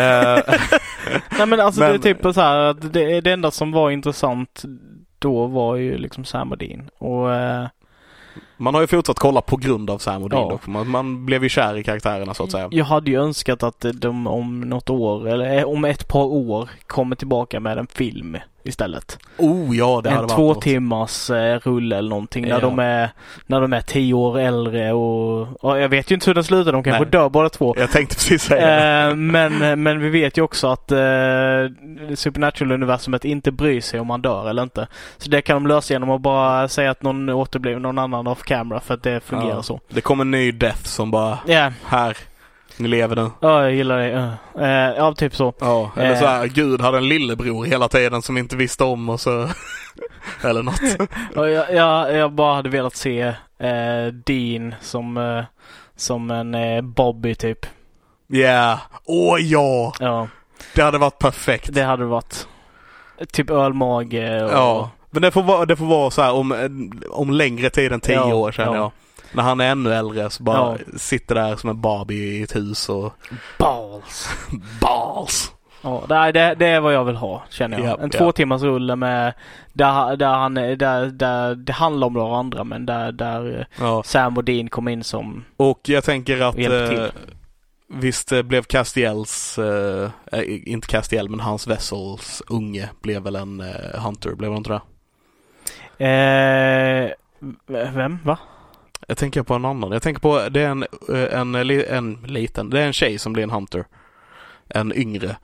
Nej men alltså men, det är typ så här att det, det enda som var intressant då var ju liksom Sam och Dean. Och, uh, Man har ju fortsatt kolla på grund av Sam och Dean Ja. dock. Man, man blev ju kär i karaktärerna så att säga. Jag hade ju önskat att de om något år, eller om ett par år, kommer tillbaka med en film istället. Oh ja, det hade En varit två något. timmars eh, rulle eller någonting Ja. när de är när de är tio år äldre och, och jag vet ju inte hur den slutar, de kanske Nej. dör båda två. Jag tänkte precis säga det. Eh, men, men vi vet ju också att eh, Supernatural-universumet inte bryr sig om man dör eller inte. Så det kan de lösa genom att bara säga att någon återblir någon annan off camera för att det fungerar Ja. så. Det kommer en ny death som bara, Ja, här, ni lever nu. ja, jag gillar det. Uh. Eh, ja, typ så. Ja, eller Eh. så här, Gud hade en lillebror hela tiden som inte visste om och så, eller något. Och jag, jag, jag bara hade velat se eh, Dean som, eh, som en eh, Bobby typ. Ja, yeah. Åh ja, Ja, det hade varit perfekt. det hade varit typ ölmage och... Ja, men det får vara, det får vara så här om, om längre tid än tio Ja, år känner ja. jag. När han är ännu äldre så bara Ja. sitter där som en Barbie i ett hus och Balls. balls. Ja, det, det, det är vad jag vill ha, känner jag. Ja, en ja. två timmars rulle med där, där han är- där, där det handlar om några andra, men där, där eh, Ja. Sam och Dean kom in som Och jag tänker att hjälper till. eh, visst det blev Castiels, eh, eh, inte Castiel men hans Vessels unge blev väl en eh, Hunter, blev han inte det? eh, vem? Va? Jag tänker på en annan. Jag tänker på, det är en, eh, en, li- en liten, det är en tjej som blir en Hunter. En yngre.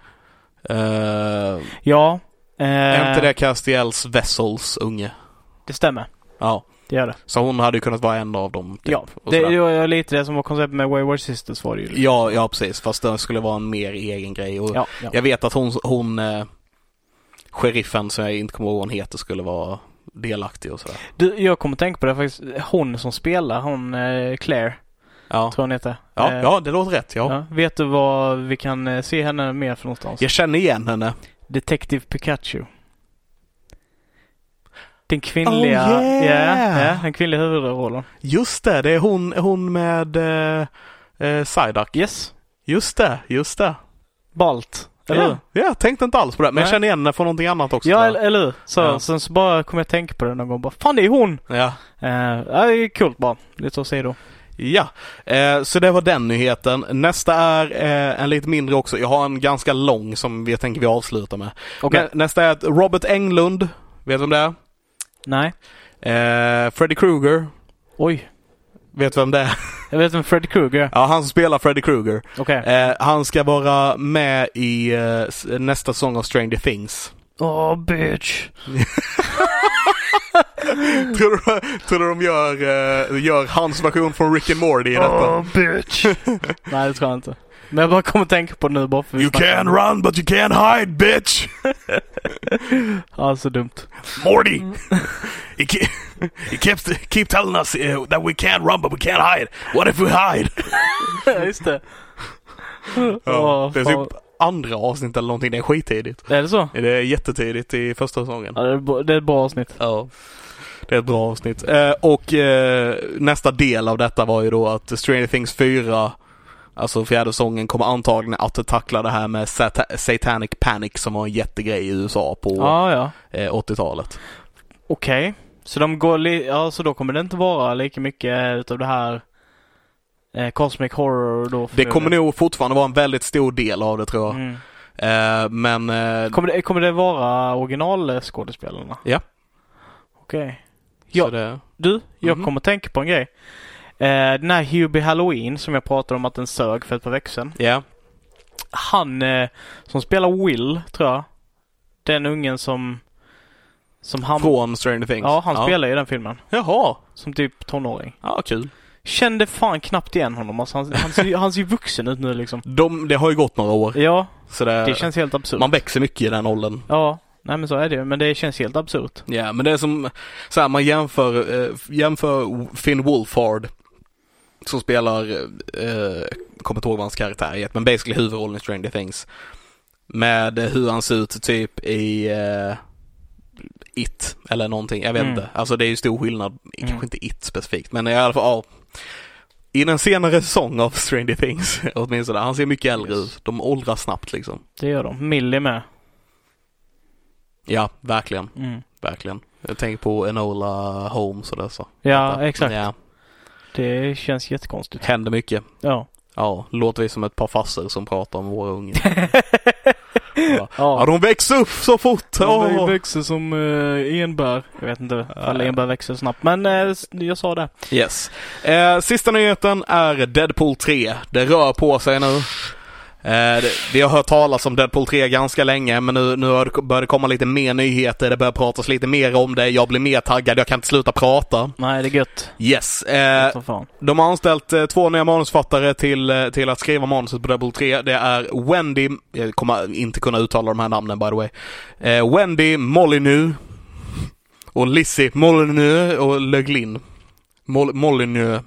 Uh, Ja. Eh, är inte det Castiels Vessels unge? det stämmer. Ja. Det gör det. Så hon hade ju kunnat vara en av dem. Typ, Ja, och det, sådär. det var lite det som var konceptet med Wayward Sisters var det ju. ja, ja, precis. Fast det skulle vara en mer egen grej. Och Ja, ja. jag vet att hon, hon eh, sheriffen som jag inte kommer ihåg vad hon heter skulle vara delaktig och sådär. Du, jag kommer tänka på det faktiskt. Hon som spelar, hon eh, Claire, Ja, tror hon heter. ja, Eh, ja det låter rätt. Ja. ja. Vet du vad vi kan eh, se henne mer för någonstans? Jag känner igen henne. Detective Pikachu. Den kvinnliga, Oh, yeah! ja, ja, den kvinnliga huvudrollen. Just det, det är hon, hon med eh, eh, Psyduck. Yes. Just det, just det. Balt. Eller hur? Ja, ja, jag tänkte inte alls på det. Men jag Nej. känner igen henne från någonting annat också. Ja, tror eller, jag. eller hur? Så, Ja. Sen så bara kom jag tänka på det någon gång. Bara, fan, det är hon! Ja. Uh, ja, det är kul bara. Lite att säga då. Ja, eh, så det var den nyheten. Nästa är eh, en lite mindre också. Jag har en ganska lång som vi tänker vi avsluta med. Okej. Nä, nästa är att Robert Englund, vet du vem det är? Nej. Eh, Freddy Krueger, Oj. vet du vem det är? Jag vet vem Freddy Krueger är. Ja, han som spelar Freddy Krueger. Okej. Eh, han ska vara med i eh, s- nästa säsong av Stranger Things. Åh, oh, bitch. tror, du, tror du de gör, eh, gör hans version från Rick and Morty i detta? Åh, oh, bitch. Nej, det tror jag inte. Men jag bara kommer att tänka på det nu bara för vi You snackar can om det. run but you can't hide, bitch! Ja, så dumt. Morty! he, keep, he keeps keep telling us uh, that we can't run but we can't hide. What if we hide? Just det. Ja, Åh, det är fan. typ andra avsnitt eller någonting. Det är skittidigt. Är det så? Det är jättetidigt i första säsongen. Ja, det är, b- det är ett bra avsnitt. Ja. Det är ett bra avsnitt. Eh, och eh, nästa del av detta var ju då att Stranger Things fyra, alltså fjärde säsongen, kommer antagligen att tackla det här med sata- Satanic Panic som var en jättegrej i U S A på Ja, ja. eh, åttiotalet. Okej. Så de går li- ja, så då kommer det inte vara lika mycket utav det här eh, Cosmic Horror då. Det kommer nog fortfarande vara en väldigt stor del av det tror jag. Mm. Eh, men eh, Kommer det, kommer det vara originalskådespelarna? Ja. Okej. så Ja. det, Du, jag Mhm. kommer tänka på en grej. Eh, den här Hubie Halloween som jag pratade om att den sög för ett par veckor sedan. ja. Han eh, som spelar Will, tror jag. Den ungen som som han Från Stranger Things. Ja, han spelar i den filmen. Jaha. Som typ tonåring. Ja, kul. Kände fan knappt igen honom. Alltså, han, han, ser, ju- han ser ju vuxen ut nu liksom. De, det har ju gått några år. Ja, Så det, det känns helt absurt. man växer mycket i den åldern. Ja, nej men så är det ju. Men det känns helt absurt. Ja, men det är som så här, man jämför, eh, jämför Finn Wolfhard som spelar, eh, kommer inte ihåg vad hans karaktär är, men basically huvudrollen i Stranger Things, med hur han ser ut typ i eh, It eller någonting, jag vet Mm. inte. Alltså det är ju stor skillnad, Mm. kanske inte It specifikt, men i alla fall, ja. I den senare säsong av Stranger Things, åtminstone, han ser mycket äldre Yes. ut. De åldras snabbt liksom. Det gör de. Millie med. Ja, verkligen. Mm. Verkligen. Jag tänker på Enola Holmes och det så. Ja, exakt. Ja. Det känns jättekonstigt. Händer mycket. Ja. Ja, låter vi som ett par fasser som pratar om våra unga. Ja. Ja, de växer upp så fort. De oh. växer som uh, enbär. Jag vet inte om enbär växer snabbt. Men uh, jag sa det. Yes. Eh, sista nyheten är Deadpool tre. Det rör på sig nu. Eh, vi har hört talas om Deadpool tre ganska länge, men nu, nu har det börjat komma lite mer nyheter. Det börjar pratas lite mer om det. Jag blir mer taggad. Jag kan inte sluta prata. Nej, det är gött. Yes. Eh, de har anställt eh, två nya manusfattare till, eh, till att skriva manuset på Deadpool tre. Det är Wendy, jag kommer inte kunna uttala de här namnen by the way. Eh, Wendy Molyneux och Lizzie Molyneux och Löglin. Mol- Molyneux.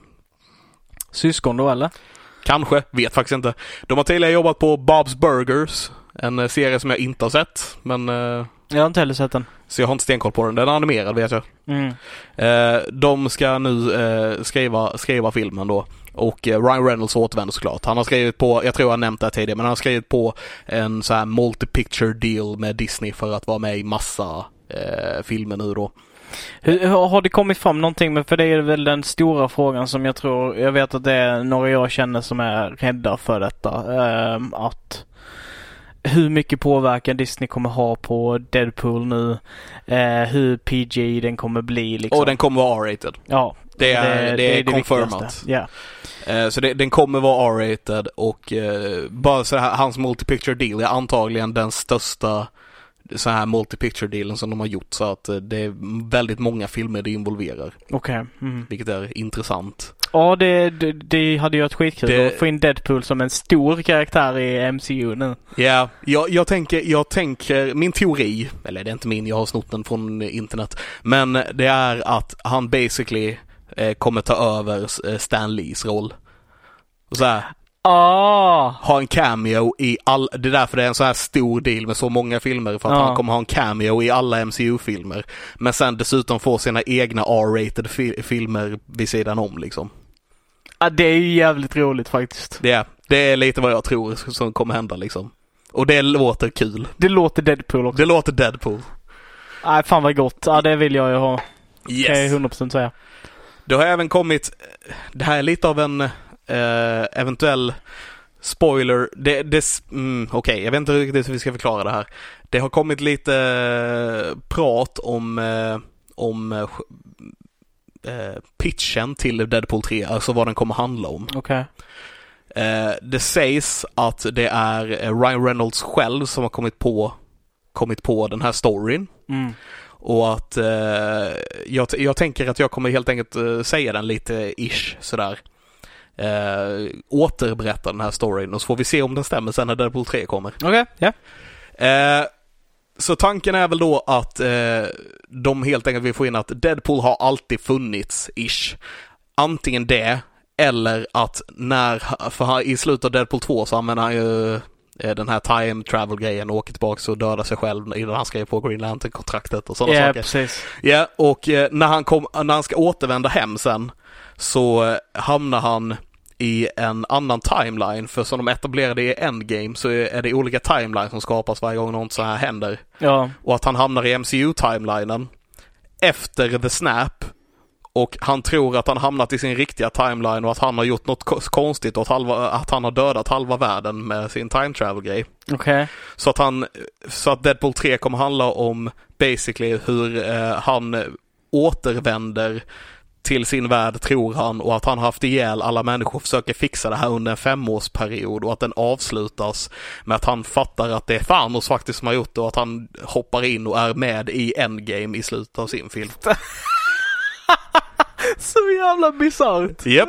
Syskon då, eller? Kanske, vet faktiskt inte. De har tidigare jobbat på Bob's Burgers, en serie som jag inte har sett, men eh, jag har inte heller sett den. så jag har inte stenkoll på den. Den är animerad, vet jag. Mm. Eh, de ska nu eh, skriva, skriva filmen då. Och eh, Ryan Reynolds återvänder såklart. Han har skrivit på, jag tror jag har nämnt det här tidigare, men han har skrivit på en så här multi-picture deal med Disney för att vara med i massa eh, filmer nu då. Hur, har det kommit fram någonting? Men för det är väl den stora frågan som jag tror, jag vet att det är några jag känner som är rädda för detta. Eh, att hur mycket påverkan Disney kommer ha på Deadpool nu. Eh, hur P G den kommer bli. Liksom. Och den kommer vara R-rated. Ja. Det är, det, det är, det är confirmat. Yeah. Eh, så det, den kommer vara R-rated och eh, bara så här, hans multi-picture deal är antagligen den största så här multi-picture dealen som de har gjort, så att det är väldigt många filmer det involverar. Okej. Okay. Mm. Vilket är intressant. Ja, det, det, det hade ju varit skitkul det... att få in Deadpool som en stor karaktär i M C U nu. Ja, yeah, jag, jag tänker, jag tänker, min teori, eller det är inte min, jag har snott den från internet, men det är att han basically eh, kommer ta över Stan Lees roll. Och så här, Ah. ha en cameo i all, det är därför det är en så här stor deal med så många filmer, för att ah. han kommer ha en cameo i alla M C U-filmer, men sen dessutom få sina egna R-rated fi- filmer vid sidan om liksom. Ja, det är ju jävligt roligt faktiskt. Det är, det är lite vad jag tror som kommer hända liksom. Och det låter kul. Det låter Deadpool också. Det låter Deadpool. Nej, fan vad gott. Ja, det vill jag ju ha. Yes. Kan jag hundra procent säga. Det har även kommit, det här är lite av en Uh, eventuell spoiler. Det, det, mm, Okej, okay, jag vet inte riktigt hur vi ska förklara det här. Det har kommit lite uh, prat om, uh, om uh, uh, pitchen till Deadpool tre, alltså vad den kommer handla om. Okej. Okay. Uh, det sägs att det är Ryan Reynolds själv som har kommit på, kommit på den här storyn. Mm. Och att uh, jag, jag tänker att jag kommer helt enkelt uh, säga den lite ish sådär. Uh, återberätta den här storyn och så får vi se om den stämmer sen när Deadpool tre kommer. Okej, okay, ja. Yeah. Uh, så tanken är väl då att uh, de helt enkelt vill få in att Deadpool har alltid funnits ish. Antingen det eller att när, för i slutet av Deadpool två så använder han ju uh, den här time travel grejen och åker tillbaka och dödar sig själv innan han skrev på Green Lantern-kontraktet och sådana yeah, saker. Precis. Ja, yeah, och uh, när han kom, när han ska återvända hem sen så hamnar han i en annan timeline, för som de etablerade i Endgame så är det olika timelines som skapas varje gång något så här händer. Ja. Och att han hamnar i M C U-timelinen efter The Snap och han tror att han hamnat i sin riktiga timeline och att han har gjort något konstigt och att, halva, att han har dödat halva världen med sin time travel-grej. Okej. Okay. Så att han, så att Deadpool tre kommer handla om basically hur eh, han återvänder till sin värld, tror han, och att han har haft ihjäl alla människor och försöker fixa det här under en femårsperiod och att den avslutas med att han fattar att det är Thanos faktiskt som har gjort det och att han hoppar in och är med i Endgame i slutet av sin film. Så jävla bisarrt. Japp.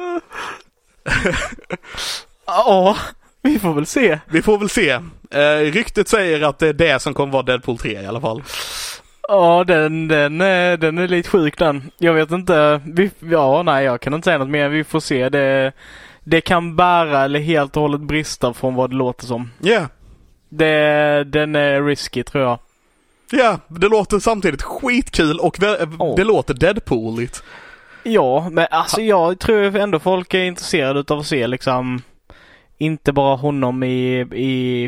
Ja, vi får väl se. Vi får väl se. Eh, ryktet säger att det är det som kommer vara Deadpool tre i alla fall. Ja, den, den, är, den är lite sjuk den. Jag vet inte. Vi, ja, nej, jag kan inte säga något mer. Vi får se. Det, det kan bära eller helt och hållet brista från vad det låter som. Ja. Yeah. Det, den är risky, tror jag. Ja, yeah, det låter samtidigt skitkul och vä- oh. det låter Deadpooligt. Ja, men alltså jag tror ändå folk är intresserade av att se liksom inte bara honom i i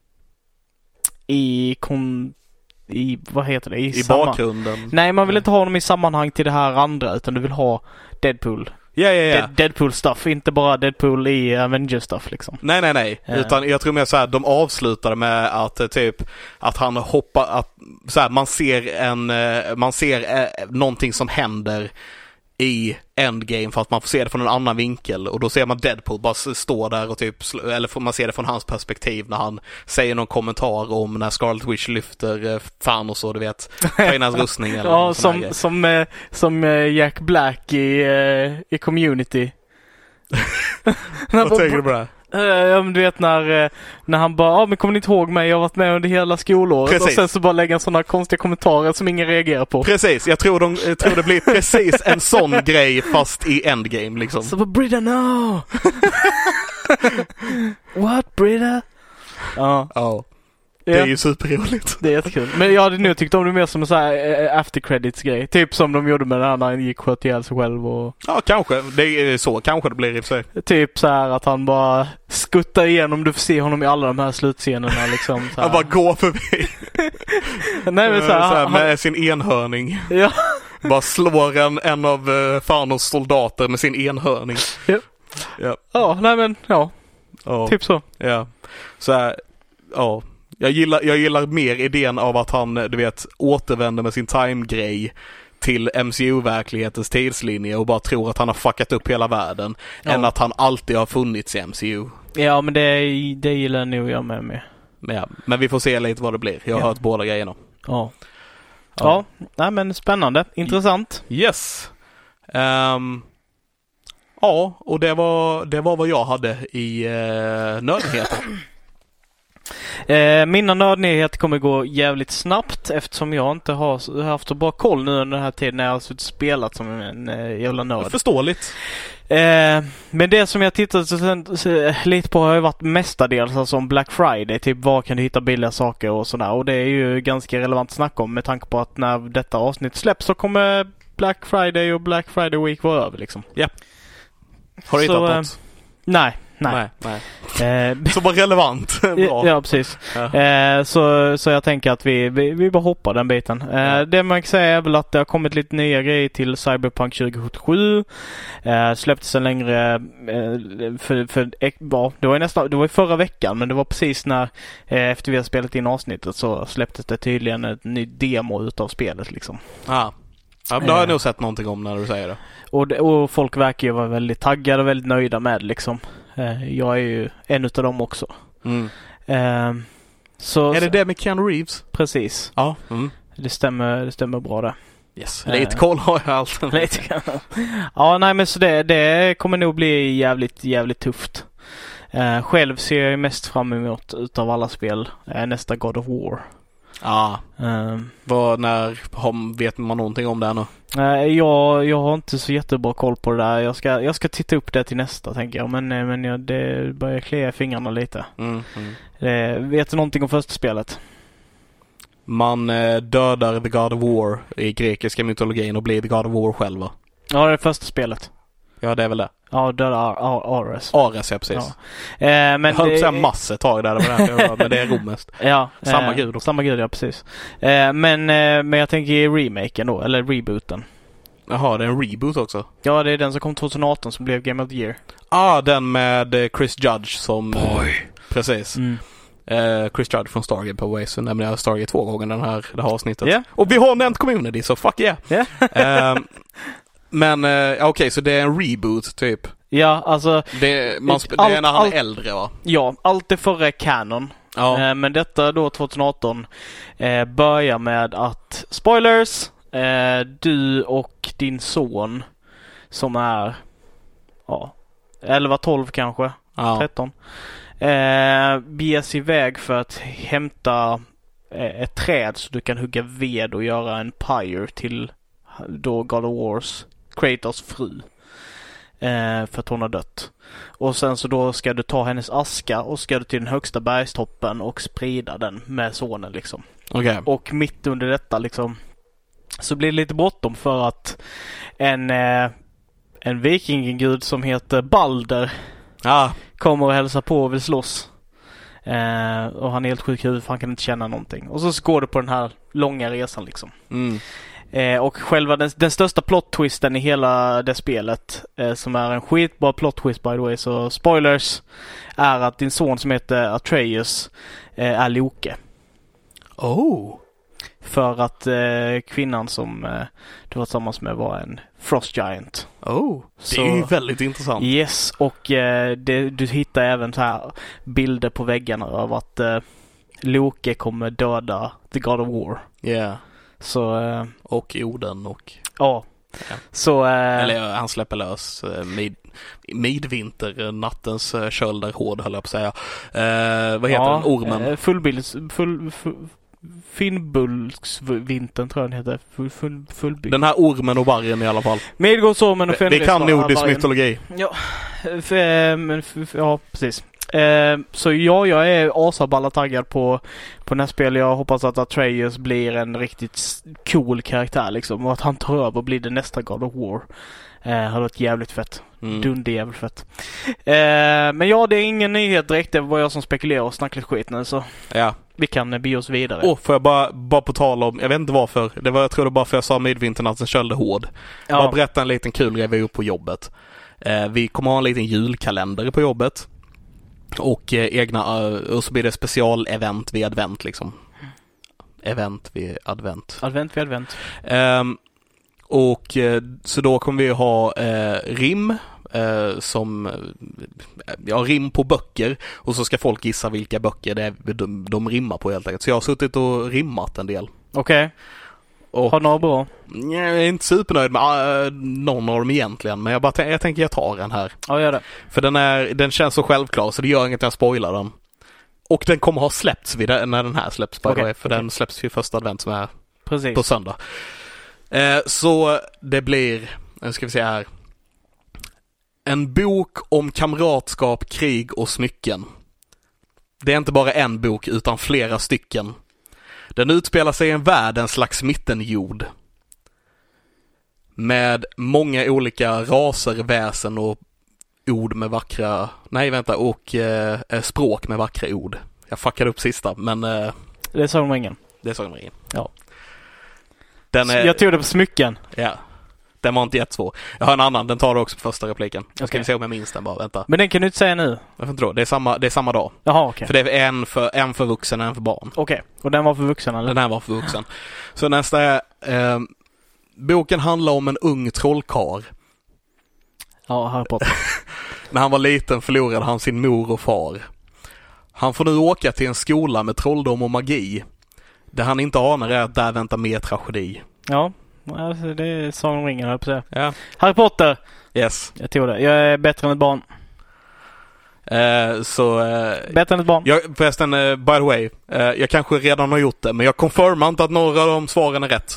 i kon i vad heter det? I, I samma... bakgrunden. Nej, man vill inte ha honom i sammanhang till det här andra, utan du vill ha Deadpool Ja, ja, ja. Deadpool-stuff, inte bara Deadpool i Avengers-stuff liksom. Nej, nej, nej. Uh. Utan jag tror mer så här, de avslutade med att typ, att han hoppar, att så här, man ser en, man ser eh, någonting som händer i Endgame för att man får se det från en annan vinkel och då ser man Deadpool bara stå där och typ, eller får man se det från hans perspektiv när han säger någon kommentar om när Scarlet Witch lyfter fan och så, du vet, ta in hans rustning eller ja, som, som, eh, som eh, Jack Black i, eh, i Community. Vad tänker du på det? Ja, men du vet när, när han bara, ja men kommer ni inte ihåg mig, jag har varit med under hela skolåret. Precis. Och sen så bara lägger han sådana konstiga kommentarer som ingen reagerar på. Precis, jag tror, de, jag tror det blir precis en sån grej fast i Endgame liksom. Så bara, Britta, no! What, Britta? Ja. Ja. Det är ju superroligt. Det är jättekul. Men jag hade nu tyckt om det mer som en sån här after credits grej. Typ som de gjorde med den här när han gick och sköt ihjäl sig själv. Och... Ja, kanske. Det är så. Kanske det blir i sig. Typ så här att han bara skuttar igenom. Du får se honom i alla de här slutscenerna liksom. Så här. Han bara går förbi. Nej, men så här, så här, med han... sin enhörning. Ja. Bara slår en, en av uh, Thanos soldater med sin enhörning. Ja. Ja, ja nej men ja. ja. Typ så. Ja. Så här, ja. Jag gillar, jag gillar mer idén av att han, du vet, återvänder med sin time-grej till M C U-verklighetens tidslinje och bara tror att han har fuckat upp hela världen ja. Än att han alltid har funnits i M C U. Ja, men det, det gillar nog jag med mig. Men, ja, men vi får se lite vad det blir. Jag har ja. hört båda grejerna. Ja. Ja, ja. Nej, men spännande. Intressant. Yes. Um, ja, och det var, det var vad jag hade i uh, nördnyheter. Eh, mina nördnyheter kommer gå jävligt snabbt eftersom jag inte har haft så bra koll nu under den här tiden när jag har suttit spelat som en eh, jävla nörd. Förståeligt. Eh, men det som jag tittat lite på har ju varit mestadels alltså om Black Friday. Typ var kan du hitta billiga saker och sådär. Och det är ju ganska relevant att snacka om med tanke på att när detta avsnitt släpps så kommer Black Friday och Black Friday Week vara över liksom. Ja. Har du hittat något? Eh, nej. Nej. nej, nej. Eh, så var relevant. Bra. Ja, precis. Ja. Eh, så, så jag tänker att vi, vi, vi bara hoppar den biten. Eh, ja. Det man kan säga är väl att det har kommit lite nya grejer till Cyberpunk tjugo sjuttiosju. Eh, släpptes en längre eh, för, för, ja, det var nästan, det var i förra veckan, men det var precis när eh, efter vi har spelat in avsnittet så släpptes det tydligen en ny demo utav spelet liksom. Ah. Ja, det har jag nog sett någonting om när du säger det. Och, och folk verkar ju vara väldigt taggade och väldigt nöjda med liksom. Jag är ju en utav dem också. Mm. Eh, så, är det det med Keanu Reeves? Precis. Ja. Mm. Det stämmer, det stämmer bra där. Yes. Lite koll har jag allt. Ja, nej men så det, det kommer nog bli jävligt, jävligt tufft. Eh, själv ser jag mest fram emot utav alla spel eh, nästa God of War. Ja. Um, Vad, när om, vet man någonting om det nu? Uh, jag, jag har inte så jättebra koll på det där. Jag ska, jag ska titta upp det till nästa, tänker jag. Men, men jag, det börjar klia fingrarna lite. Mm, mm. Uh, vet du någonting om första spelet? Man uh, dödar The God of War i grekiska mytologin och blir The God of War själva. Ja, det är första spelet. Ja, det är väl det. Ja, döda Ares. Ares, ja, precis. Ja. Eh, men jag höll på att säga det... massor tag där, det var men det är romest. Ja. Samma eh, gud. Samma gud, ja, precis. Eh, men, eh, men jag tänker i remaken då, eller rebooten. Jaha, det är en reboot också? Ja, det är den som kom tjugo arton som blev Game of the Year. Ah, den med Chris Judge som... Boy. Eh, precis. Mm. Eh, Chris Judge från Stargate på Way, så nämligen jag Stargate två gånger den här, det här avsnittet. Yeah. Och vi har nämnt Community, så fuck yeah! yeah. eh, men eh, okej, okay, så det är en reboot typ? Ja, alltså... Det, man sp- allt, det är när han allt, är äldre, va? Ja, allt det förra är canon. Ja. Eh, men detta då tjugo arton eh, börjar med att... Spoilers! Eh, du och din son som är... Ja, elva tolv kanske. Ja. tretton. Eh, beger sig iväg för att hämta eh, ett träd så du kan hugga ved och göra en pyre till då God of Wars Kratos fru. Eh, för att hon har dött. Och sen så då ska du ta hennes aska och ska du till den högsta bergstoppen och sprida den med sonen liksom. Okay. Och mitt under detta liksom så blir det lite bråttom för att en eh, en vikingegud som heter Balder ah. kommer och hälsar på och vill slåss. Eh, och han är helt sjuk i huvudet för han kan inte känna någonting. Och så går det på den här långa resan liksom. Mm. Eh, och själva den, den största plot-twisten i hela det spelet, eh, som är en skitbra plot-twist by the way, så spoilers, är att din son som heter Atreus eh, är Loke. Oh! För att eh, kvinnan som eh, du var tillsammans med var en Frost Giant. Oh, det så, är ju väldigt intressant. Yes, och eh, det, du hittar även så här bilder på väggarna av att eh, Loke kommer döda The God of War. Ja. Yeah. Så, eh, och Oden och... Ja. ja. Så, eh, Eller han släpper lös eh, mid, midvinter, nattens eh, köld är hård, höll jag på att säga. Eh, vad heter ja, den? Ormen? Eh, fullbilds... Full, full, Finnbulksvintern tror jag den heter. Full, full, fullbild. Den här ormen och vargen i alla fall. Medgårdsormen och Vi kan nordisk mytologi. Ja, för, men, för, ja precis. Eh, så ja, jag är asaballa taggad på, på nästa spel. Jag hoppas att Atreus blir en riktigt cool karaktär liksom. Och att han tar över och blir det nästa God of War. Eh, har varit jävligt fett. Mm. Dunder jävligt fett. Eh, men ja, det är ingen nyhet direkt. Det var jag som spekulerade och snackade skit nu. Så ja. Vi kan be oss vidare. Åh, oh, får jag bara, bara på tal om, jag vet inte varför. Det var, jag tror det bara för jag sa midvinternatten kölde hård. Ja. Bara berätta en liten kul grej vi gjorde på jobbet. Eh, vi kommer ha en liten julkalender på jobbet. Och eh, egna, uh, och så blir det special-event vid advent liksom. Event vid advent. Advent vid advent. Um, och uh, så då kommer vi ha uh, rim uh, som uh, ja, rim på böcker. Och så ska folk gissa vilka böcker det är, de, de rimmar på helt enkelt. Så jag har suttit och rimmat en del. Okej. Okay. Har du några bra? Jag är inte supernöjd med uh, någon av dem egentligen. Men jag, bara t- jag tänker jag tar den här. Ja, gör det. För den, är, den känns så självklar så det gör inget att jag spoilar den. Och den kommer ha släppts vid det, när den här släpps på okay, för okay. Den släpps vid första advent som är Precis. På söndag. Eh, så det blir, nu ska vi se här. En bok om kamratskap, krig och smycken. Det är inte bara en bok utan flera stycken. Den utspelar sig i en värld, en slags mittenjord. Med många olika raser, väsen och ord med vackra, nej vänta, och eh, språk med vackra ord. Jag fuckade upp sista, men... Eh, det är Sagan om ringen. Det är Sagan om ringen. Ja. Den är, jag tog det på smycken. Ja. Den var inte jättesvår. Jag har en annan, den tar du också på första repliken. Jag ska okay. vi se om jag minns den bara, vänta. Men den kan du inte säga nu. Jag inte tro. Det är samma, det är samma dag. Jaha, okej. Okay. För det är en för, en för vuxen och en för barn. Okej, okay. Och den var för vuxen eller? Den här var för vuxen. Så nästa är, eh, boken handlar om en ung trollkarl. Ja, Harry Potter. När han var liten förlorade han sin mor och far. Han får nu åka till en skola med trolldom och magi. Det han inte anar är att där väntar mer tragedi. Ja, alltså det är Sagan om ringen, höll på att säga. Ja. Harry Potter! Yes. Jag tror det. Jag är bättre än ett barn. Uh, så... Uh, bättre än ett barn. Jag, förresten, uh, by the way, uh, jag kanske redan har gjort det, men jag confirmar inte att några av de svaren är rätt.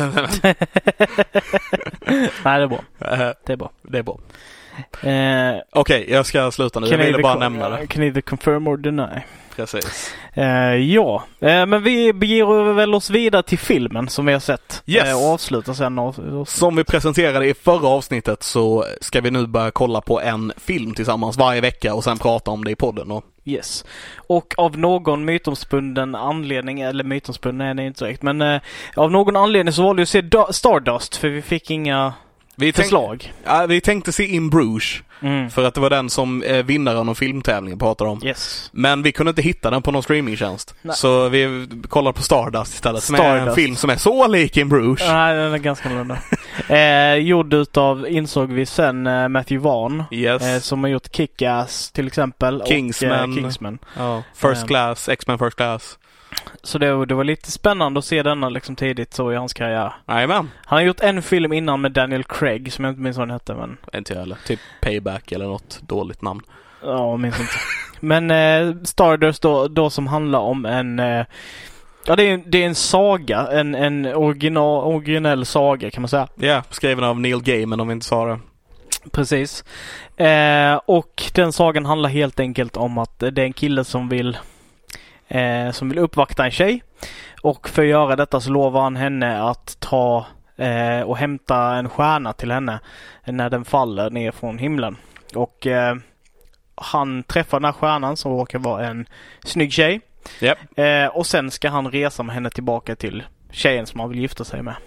Nej, det är bra. Uh, det är bra. Det är bra. Uh, Okej, okay, jag ska sluta nu. Jag ville bara nämna det. Can either confirm or deny. Precis. Uh, ja, uh, men vi beger väl oss vidare till filmen som vi har sett. Yes. Uh, och avslutar sen. Av, som vi presenterade i förra avsnittet så ska vi nu börja kolla på en film tillsammans varje vecka och sen prata om det i podden. Och... Yes. Och av någon mytomspunnen anledning, eller mytomspunnen är det inte direkt, men uh, av någon anledning så valde vi att se Do- Stardust för vi fick inga... Vi förslag. Tänk, ja, vi tänkte se In Bruges mm. för att det var den som eh, vinnaren av filmtävlingen pratade om. Yes. Men vi kunde inte hitta den på någon streamingtjänst. Nej. Så vi kollar på Stardust istället. Stardust. Som är en film som är så lik In Bruges. Nej, den är ganska annorlunda. eh, gjord utav, insåg vi sen, eh, Matthew Vaughn. Yes. Eh, som har gjort Kick-Ass till exempel. Kingsman. Och, eh, Kingsman. Oh. First eh. Class, X-Men First Class. Så det, det var lite spännande att se denna liksom tidigt så i hans karriär. Jajamän. Han har gjort en film innan med Daniel Craig som jag inte minns vad den hette. Men... Inte jag heller. Typ Payback eller något dåligt namn. Ja, jag minns inte. Men eh, Stardust då, då som handlar om en... Eh, ja, det är, det är en saga. En, en original, originell saga kan man säga. Ja, yeah, skriven av Neil Gaiman om vi inte sa det. Precis. Eh, och den sagan handlar helt enkelt om att det är en kille som vill... Eh, som vill uppvakta en tjej och för att göra detta så lovar han henne att ta eh, och hämta en stjärna till henne när den faller ner från himlen och eh, han träffar den här stjärnan som råkar vara en snygg tjej yep. eh, och sen ska han resa med henne tillbaka till tjejen som han vill gifta sig med.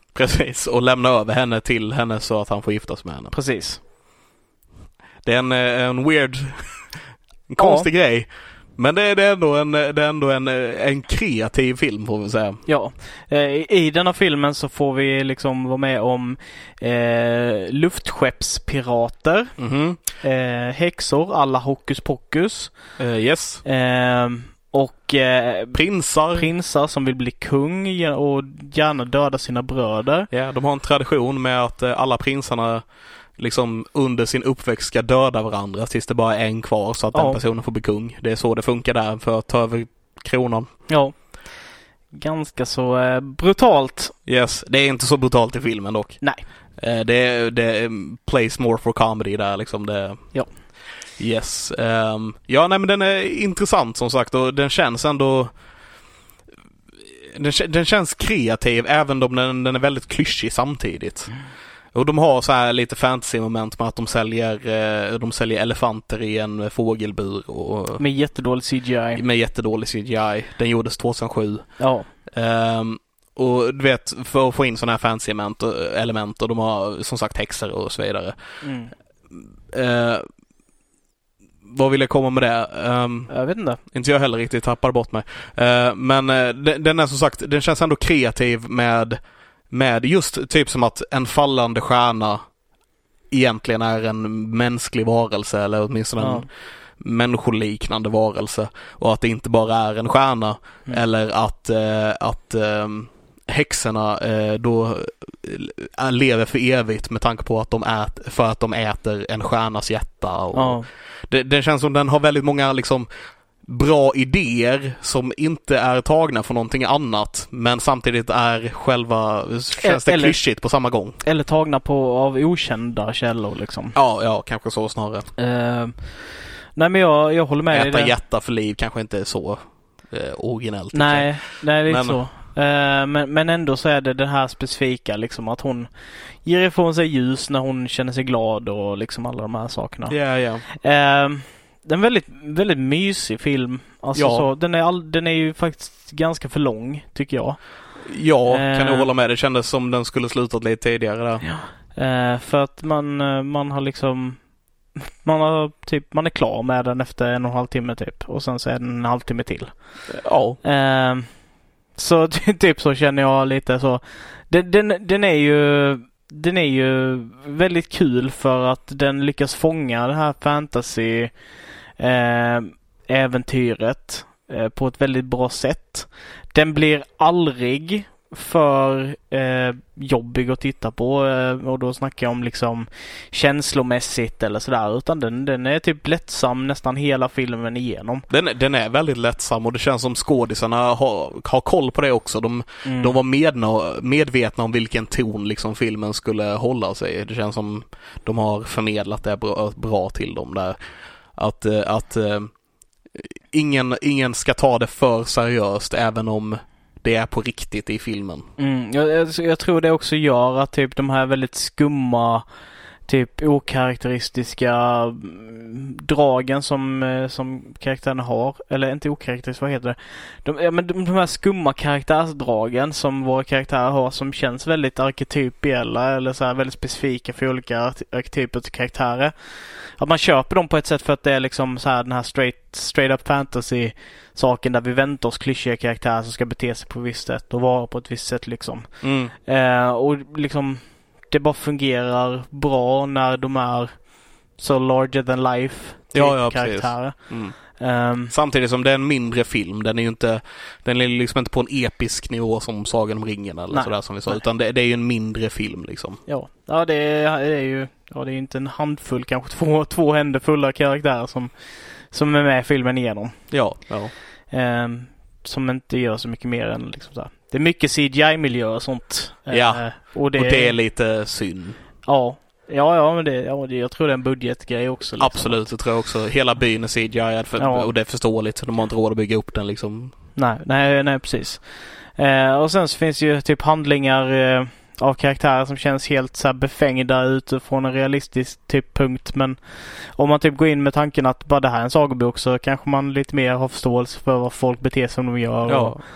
Precis, och lämna över henne till henne så att han får giftas med henne. Precis. Det är en, en weird, en konstig ja. grej. Men det är, det är ändå, en, det är ändå en, en kreativ film får vi säga. Ja, i denna filmen så får vi liksom vara med om eh, luftskeppspirater, mm-hmm. eh, häxor, alla hokus pokus. Uh, yes. Eh, och eh, prinsar. prinsar som vill bli kung och gärna döda sina bröder. Ja, de har en tradition med att alla prinsarna liksom under sin uppväxt ska döda varandra tills det bara är en kvar så att ja. den personen får bli kung. Det är så det funkar där för att ta över kronan. Ja. Ganska så eh, brutalt. Yes, det är inte så brutalt i filmen dock. Nej. Eh, det, det plays more for comedy där liksom. Det, ja. Yes. Um, ja, nej men den är intressant som sagt och den känns ändå den, den känns kreativ även om den, den är väldigt klyschig samtidigt. Mm. Och de har så här lite fantasy-moment med att de säljer, eh, de säljer elefanter i en fågelbur. Och, med jättedålig C G I. Med jättedålig C G I. Den gjordes tjugohundrasju. Ja. Um, och du vet, för att få in sådana här fantasy-element och, element och de har som sagt häxor och så vidare. Mm. Uh, vad vill jag komma med det? Um, jag vet inte. Inte jag heller riktigt, tappar bort mig. Uh, men uh, den, den är som sagt, den känns ändå kreativ med Med just typ som att en fallande stjärna egentligen är en mänsklig varelse eller åtminstone ja. en människoliknande varelse och att det inte bara är en stjärna mm. eller att, eh, att eh, häxorna eh, då lever för evigt med tanke på att de äter, för att de äter en stjärnas hjärta. Och ja. det, det känns som den har väldigt många liksom bra idéer som inte är tagna från någonting annat men samtidigt är själva känns det eller, klyschigt på samma gång. Eller tagna på av okända källor liksom. Ja, ja, kanske så snarare. Uh, nej men jag, jag håller med. Äta hjärta för liv kanske inte är så uh, originellt. Nej, nej det är men, inte så. Uh, men, men ändå så är det det här specifika liksom att hon ger ifrån sig ljus när hon känner sig glad och liksom alla de här sakerna. Ja, yeah, ja. Yeah. Uh, Det är en väldigt, väldigt mysig film. Alltså ja. så, den, är all, den är ju faktiskt ganska för lång, tycker jag. Ja, kan jag eh, hålla med. Det kändes som den skulle slutat lite tidigare där. Ja. Eh, för att man, man har liksom... Man, har, typ, man är klar med den efter en och en halv timme typ. Och sen så är den en halvtimme till. Ja. Eh, så typ så känner jag lite så. Den, den, den är ju... Den är ju väldigt kul för att den lyckas fånga det här fantasy eh, äventyret eh, på ett väldigt bra sätt. Den blir aldrig för eh, jobbig att titta på eh, och då snackar jag om liksom känslomässigt eller sådär, utan den, den är typ lättsam nästan hela filmen igenom. Den, den är väldigt lättsam och det känns som skådisarna har, har koll på det också. De, mm. de var medna, medvetna om vilken ton liksom filmen skulle hålla sig. Det känns som de har förmedlat det bra, bra till dem där. Att, att uh, ingen, ingen ska ta det för seriöst även om det är på riktigt i filmen. Mm, jag, jag tror det också gör att typ de här väldigt skumma typ okaraktäristiska dragen som, som karaktärerna har, eller inte okaraktäristiskt, vad heter det? De, ja, men de, de här skumma karaktärsdragen som våra karaktärer har som känns väldigt arketypiella eller så här väldigt specifika för olika arketyper till karaktärer. Att man köper dem på ett sätt för att det är liksom så här den här straight, straight up fantasy saken där vi väntar oss klyschiga karaktärer som ska bete sig på ett visst sätt och vara på ett visst sätt liksom. Mm. Eh, och liksom det bara fungerar bra när de är så larger than life typ ja, ja, karaktärer. Mm. Um, Samtidigt som det är en mindre film, den är ju inte den är liksom inte på en episk nivå som Sagan om ringen eller nej, sådär som vi sa, nej. Utan det, det är ju en mindre film liksom. Ja, ja det, är, det är ju ja, det är inte en handfull, kanske två, två händer fulla karaktärer som, som är med i filmen igenom. Ja, ja. Um, som inte gör så mycket mer än liksom så här. Det är mycket C G I-miljöer och sånt. Ja, uh, och, det, och det är lite synd. Ja, ja, ja men det, ja, det, jag tror det är en budgetgrej också. Liksom. Absolut, det tror jag också. Hela byn är C G I för, ja. Och det är förståeligt. De har inte råd att bygga upp den liksom. Nej, nej, nej precis. Uh, och sen så finns ju typ handlingar uh, av karaktärer som känns helt så här befängda utifrån en realistisk typ punkt. Men om man typ går in med tanken att bara det här är en sagobok så kanske man lite mer har förståelse för vad folk beter sig som de gör. Ja. Och,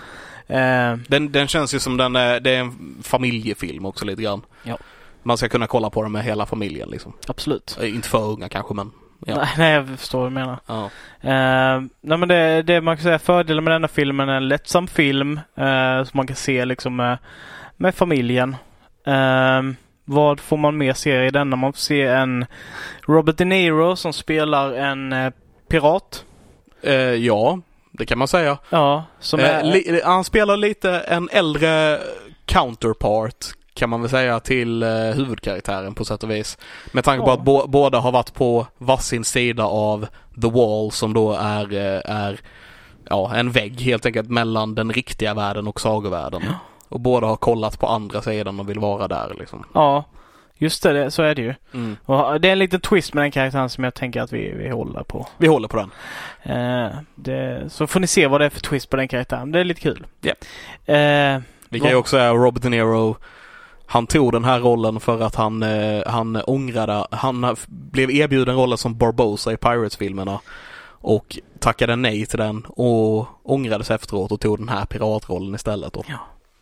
Eh, Den, den känns ju som den är, det är en familjefilm också lite grann. Ja. Man ska kunna kolla på den med hela familjen liksom. absolut. Eh, Inte för unga kanske, men ja. Nej, nej, jag förstår vad du menar. Ja. Eh, nej, men det, det man kan säga fördelen med denna filmen är en lättsam film eh, som man kan se liksom med, med familjen. Eh, vad får man mer se i denna? Man får se en Robert De Niro som spelar en eh, pirat. Eh, ja, det kan man säga. Ja, som är... Eh, li, han spelar lite en äldre counterpart kan man väl säga till eh, huvudkaraktären på sätt och vis. Med tanke på Ja. att bo, båda har varit på varsin sida av The Wall som då är, eh, är ja, en vägg helt enkelt mellan den riktiga världen och sagovärlden. Ja. Och båda har kollat på andra sidan och vill vara där liksom. Ja, just det, det, så är det ju. Mm. Och det är en liten twist med den karaktären som jag tänker att vi, vi håller på. Vi håller på den. Eh, det, så får ni se vad det är för twist på den karaktären. Det är lite kul. Ja. Eh, Vi kan ju också säga Robert De Niro, han tog den här rollen för att han, eh, han ångrade, han blev erbjuden rollen som Barbossa i Pirates-filmerna och tackade nej till den och ångrade sig efteråt och tog den här piratrollen istället då. Ja.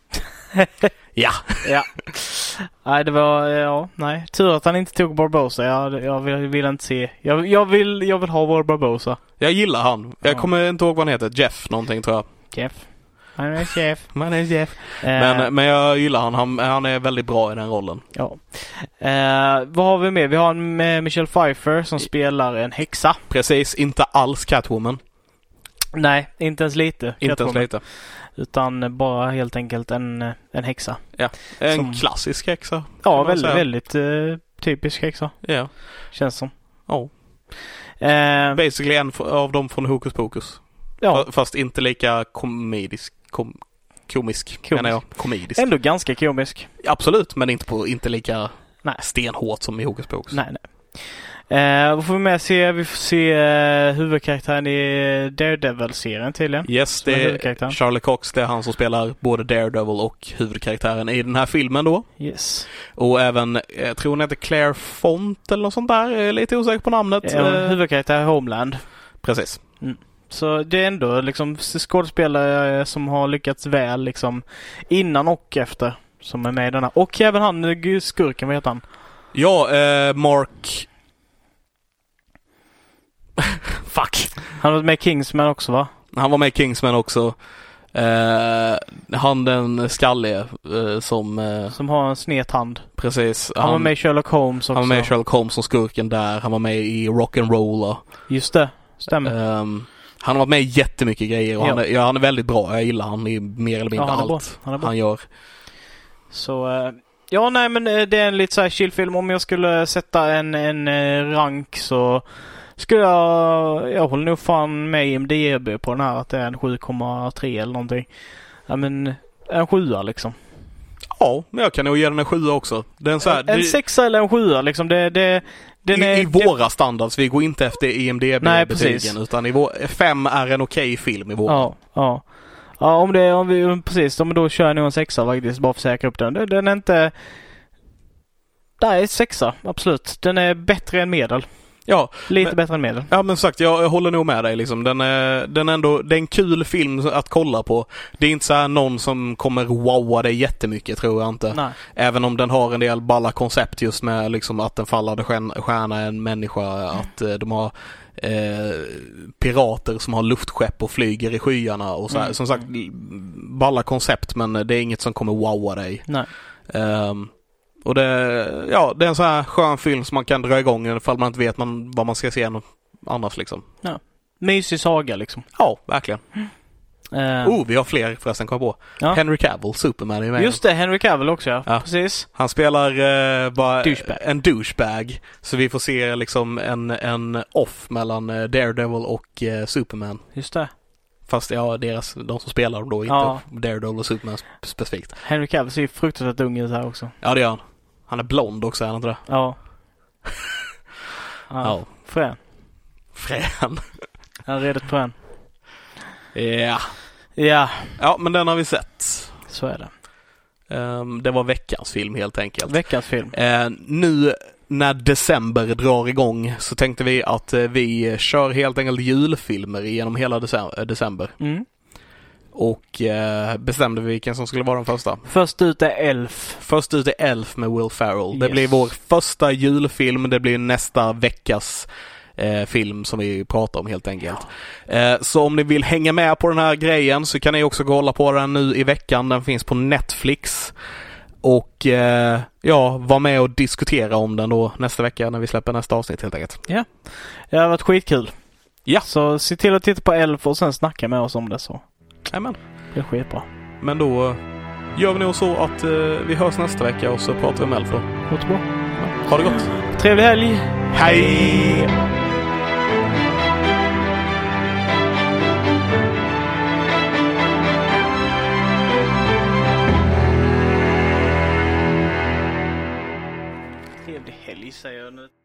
Ja. Ja. Nej, det var, ja, nej. Tur att han inte tog Barbossa. Jag, jag vill, vill inte se. Jag, jag, vill, jag vill ha vår Barbossa. Jag gillar han. Jag Ja. kommer inte ihåg vad han heter. Jeff någonting tror jag. Jeff. Han är chef. Man är Jeff. Eh, Men, men jag gillar han. han. Han är väldigt bra i den rollen. Ja. Eh, vad har vi med? Vi har en med Michelle Pfeiffer som spelar en häxa. Precis, inte alls Catwoman. Nej, inte ens lite. Inte ens Catwoman. lite. Utan bara helt enkelt en, en häxa. Ja. En Som- klassisk häxa. Ja, man väldigt, säga. väldigt eh, typisk häxa. Ja. Känns som. Ja. Eh, Basically en f- av dem från Hokus Pokus. ja, F- Fast inte lika komedisk. Kom, komisk, Komisk. menar jag. Komedisk. ändå ganska komisk. Absolut, men inte, på, inte lika Nej. stenhårt som i Hokus Pokus. Nej, nej. Eh, vad får vi med se? Vi får se eh, huvudkaraktären i Daredevil-serien tydligen. Yes, Som är det är huvudkaraktären. Charlie Cox. Det är han som spelar både Daredevil och huvudkaraktären i den här filmen då. Yes. Och även, jag tror hon heter Claire Font eller något sånt där. Jag är lite osäker på namnet. Eh, Eh, huvudkaraktär i Homeland. Precis. Så det är ändå liksom skådespelare som har lyckats väl liksom innan och efter som är med i denna. Och även han, eh, skurken, vad heter han? Ja, eh, Mark... Fuck. Han var med i Kingsman också, va? Han var med i Kingsman också. Eh, han den skallige eh, som... Eh, Som har en snet hand. precis. Han, var med i Sherlock Holmes också. Han var med i Sherlock Holmes som skurken där. Han var med i Rock'n'Roller. Just det, stämmer. Um, han har varit med i jättemycket grejer och Ja. han, är, ja, han är väldigt bra. Jag gillar han i mer eller mindre Ja, han är bra. allt Han är bra. han gör. Så, eh, ja nej men eh, det är en lite så här chillfilm. Om jag skulle sätta en, en eh, rank så skulle jag, jag håller nog fan med I M D B på den här att det är en sju komma tre eller någonting. Ja men, en sjua liksom. Ja, men jag kan nog ge den en sjua också. Den så här, En det, sexa eller en sjua liksom. Det, det, den i, är, I våra standards, vi går inte efter I M D Nej, precis. B-betygen utan i vår, fem är en okej film i vår. Ja, ja. Ja, om det, om vi, precis, om då kör jag nog en sexa faktiskt, bara för att säkra upp den. Den, den är inte... Nej, sexa, absolut. Den är bättre än medel. Ja, Lite Men- bättre än medel. ja men sagt, jag, jag håller nog med dig liksom. Den är, den är ändå, det är en kul film att kolla på. Det är inte så här någon som kommer wowa dig jättemycket, tror jag inte. Nej. Även om den har en del balla koncept just med liksom att den fallande stjärn- stjärna är en människa, att eh, de har eh, pirater som har luftskepp och flyger i skyarna och så här. Mm. Som sagt, balla koncept, men det är inget som kommer wowa dig. Nej. Ehm, och det, ja, det är en så här skön film som man kan dra igång ifall man inte vet man, vad man ska se annars liksom. Mysig saga liksom. Ja, verkligen. Eh, Oh, vi har fler förresten, kom på. ja. Henry Cavill, Superman är med. Just det, Henry Cavill också, ja. Ja. Precis. Han spelar eh, bara Douchebag. en douchebag. Så vi får se liksom en, en off mellan eh, Daredevil och eh, Superman. Just det. Fast ja, deras, de som spelar dem då, inte Ja. Daredevil och Superman sp- specifikt. Henry Cavill ser ju fruktansvärt ung ut här också. Ja, det gör han. Han är blond också, är han inte det? Ja. Ja. Ja. Frän. Frän. Jag är redo på en. Ja. Ja, Ja, men den har vi sett. så är det. Ehm, det var veckans film helt enkelt. Veckans film. Eh, nu när december drar igång så tänkte vi att eh, vi kör helt enkelt julfilmer genom hela decem- december. Mm. Och eh, bestämde vi vilken som skulle vara den första. Först ut är Elf. Först ut är Elf med Will Ferrell. Det Yes. blir vår första julfilm. Det blir nästa veckas eh, film som vi pratar om helt enkelt. Ja. Eh, så om ni vill hänga med på den här grejen så kan ni också gå och hålla på den nu i veckan. Den finns på Netflix. Och eh, ja, var med och diskutera om den då nästa vecka när vi släpper nästa avsnitt helt enkelt. Ja, det har varit skitkul. Ja. Så se till att titta på Elf och sen snacka med oss om det så. Amen. Det är skitbra. Men då eh, gör vi nog så att eh, vi hörs nästa vecka och så pratar vi om Elf då. Låter bra. Ja. Ha det gott. Trevlig helg. Hej! Trevlig helg säger jag nu.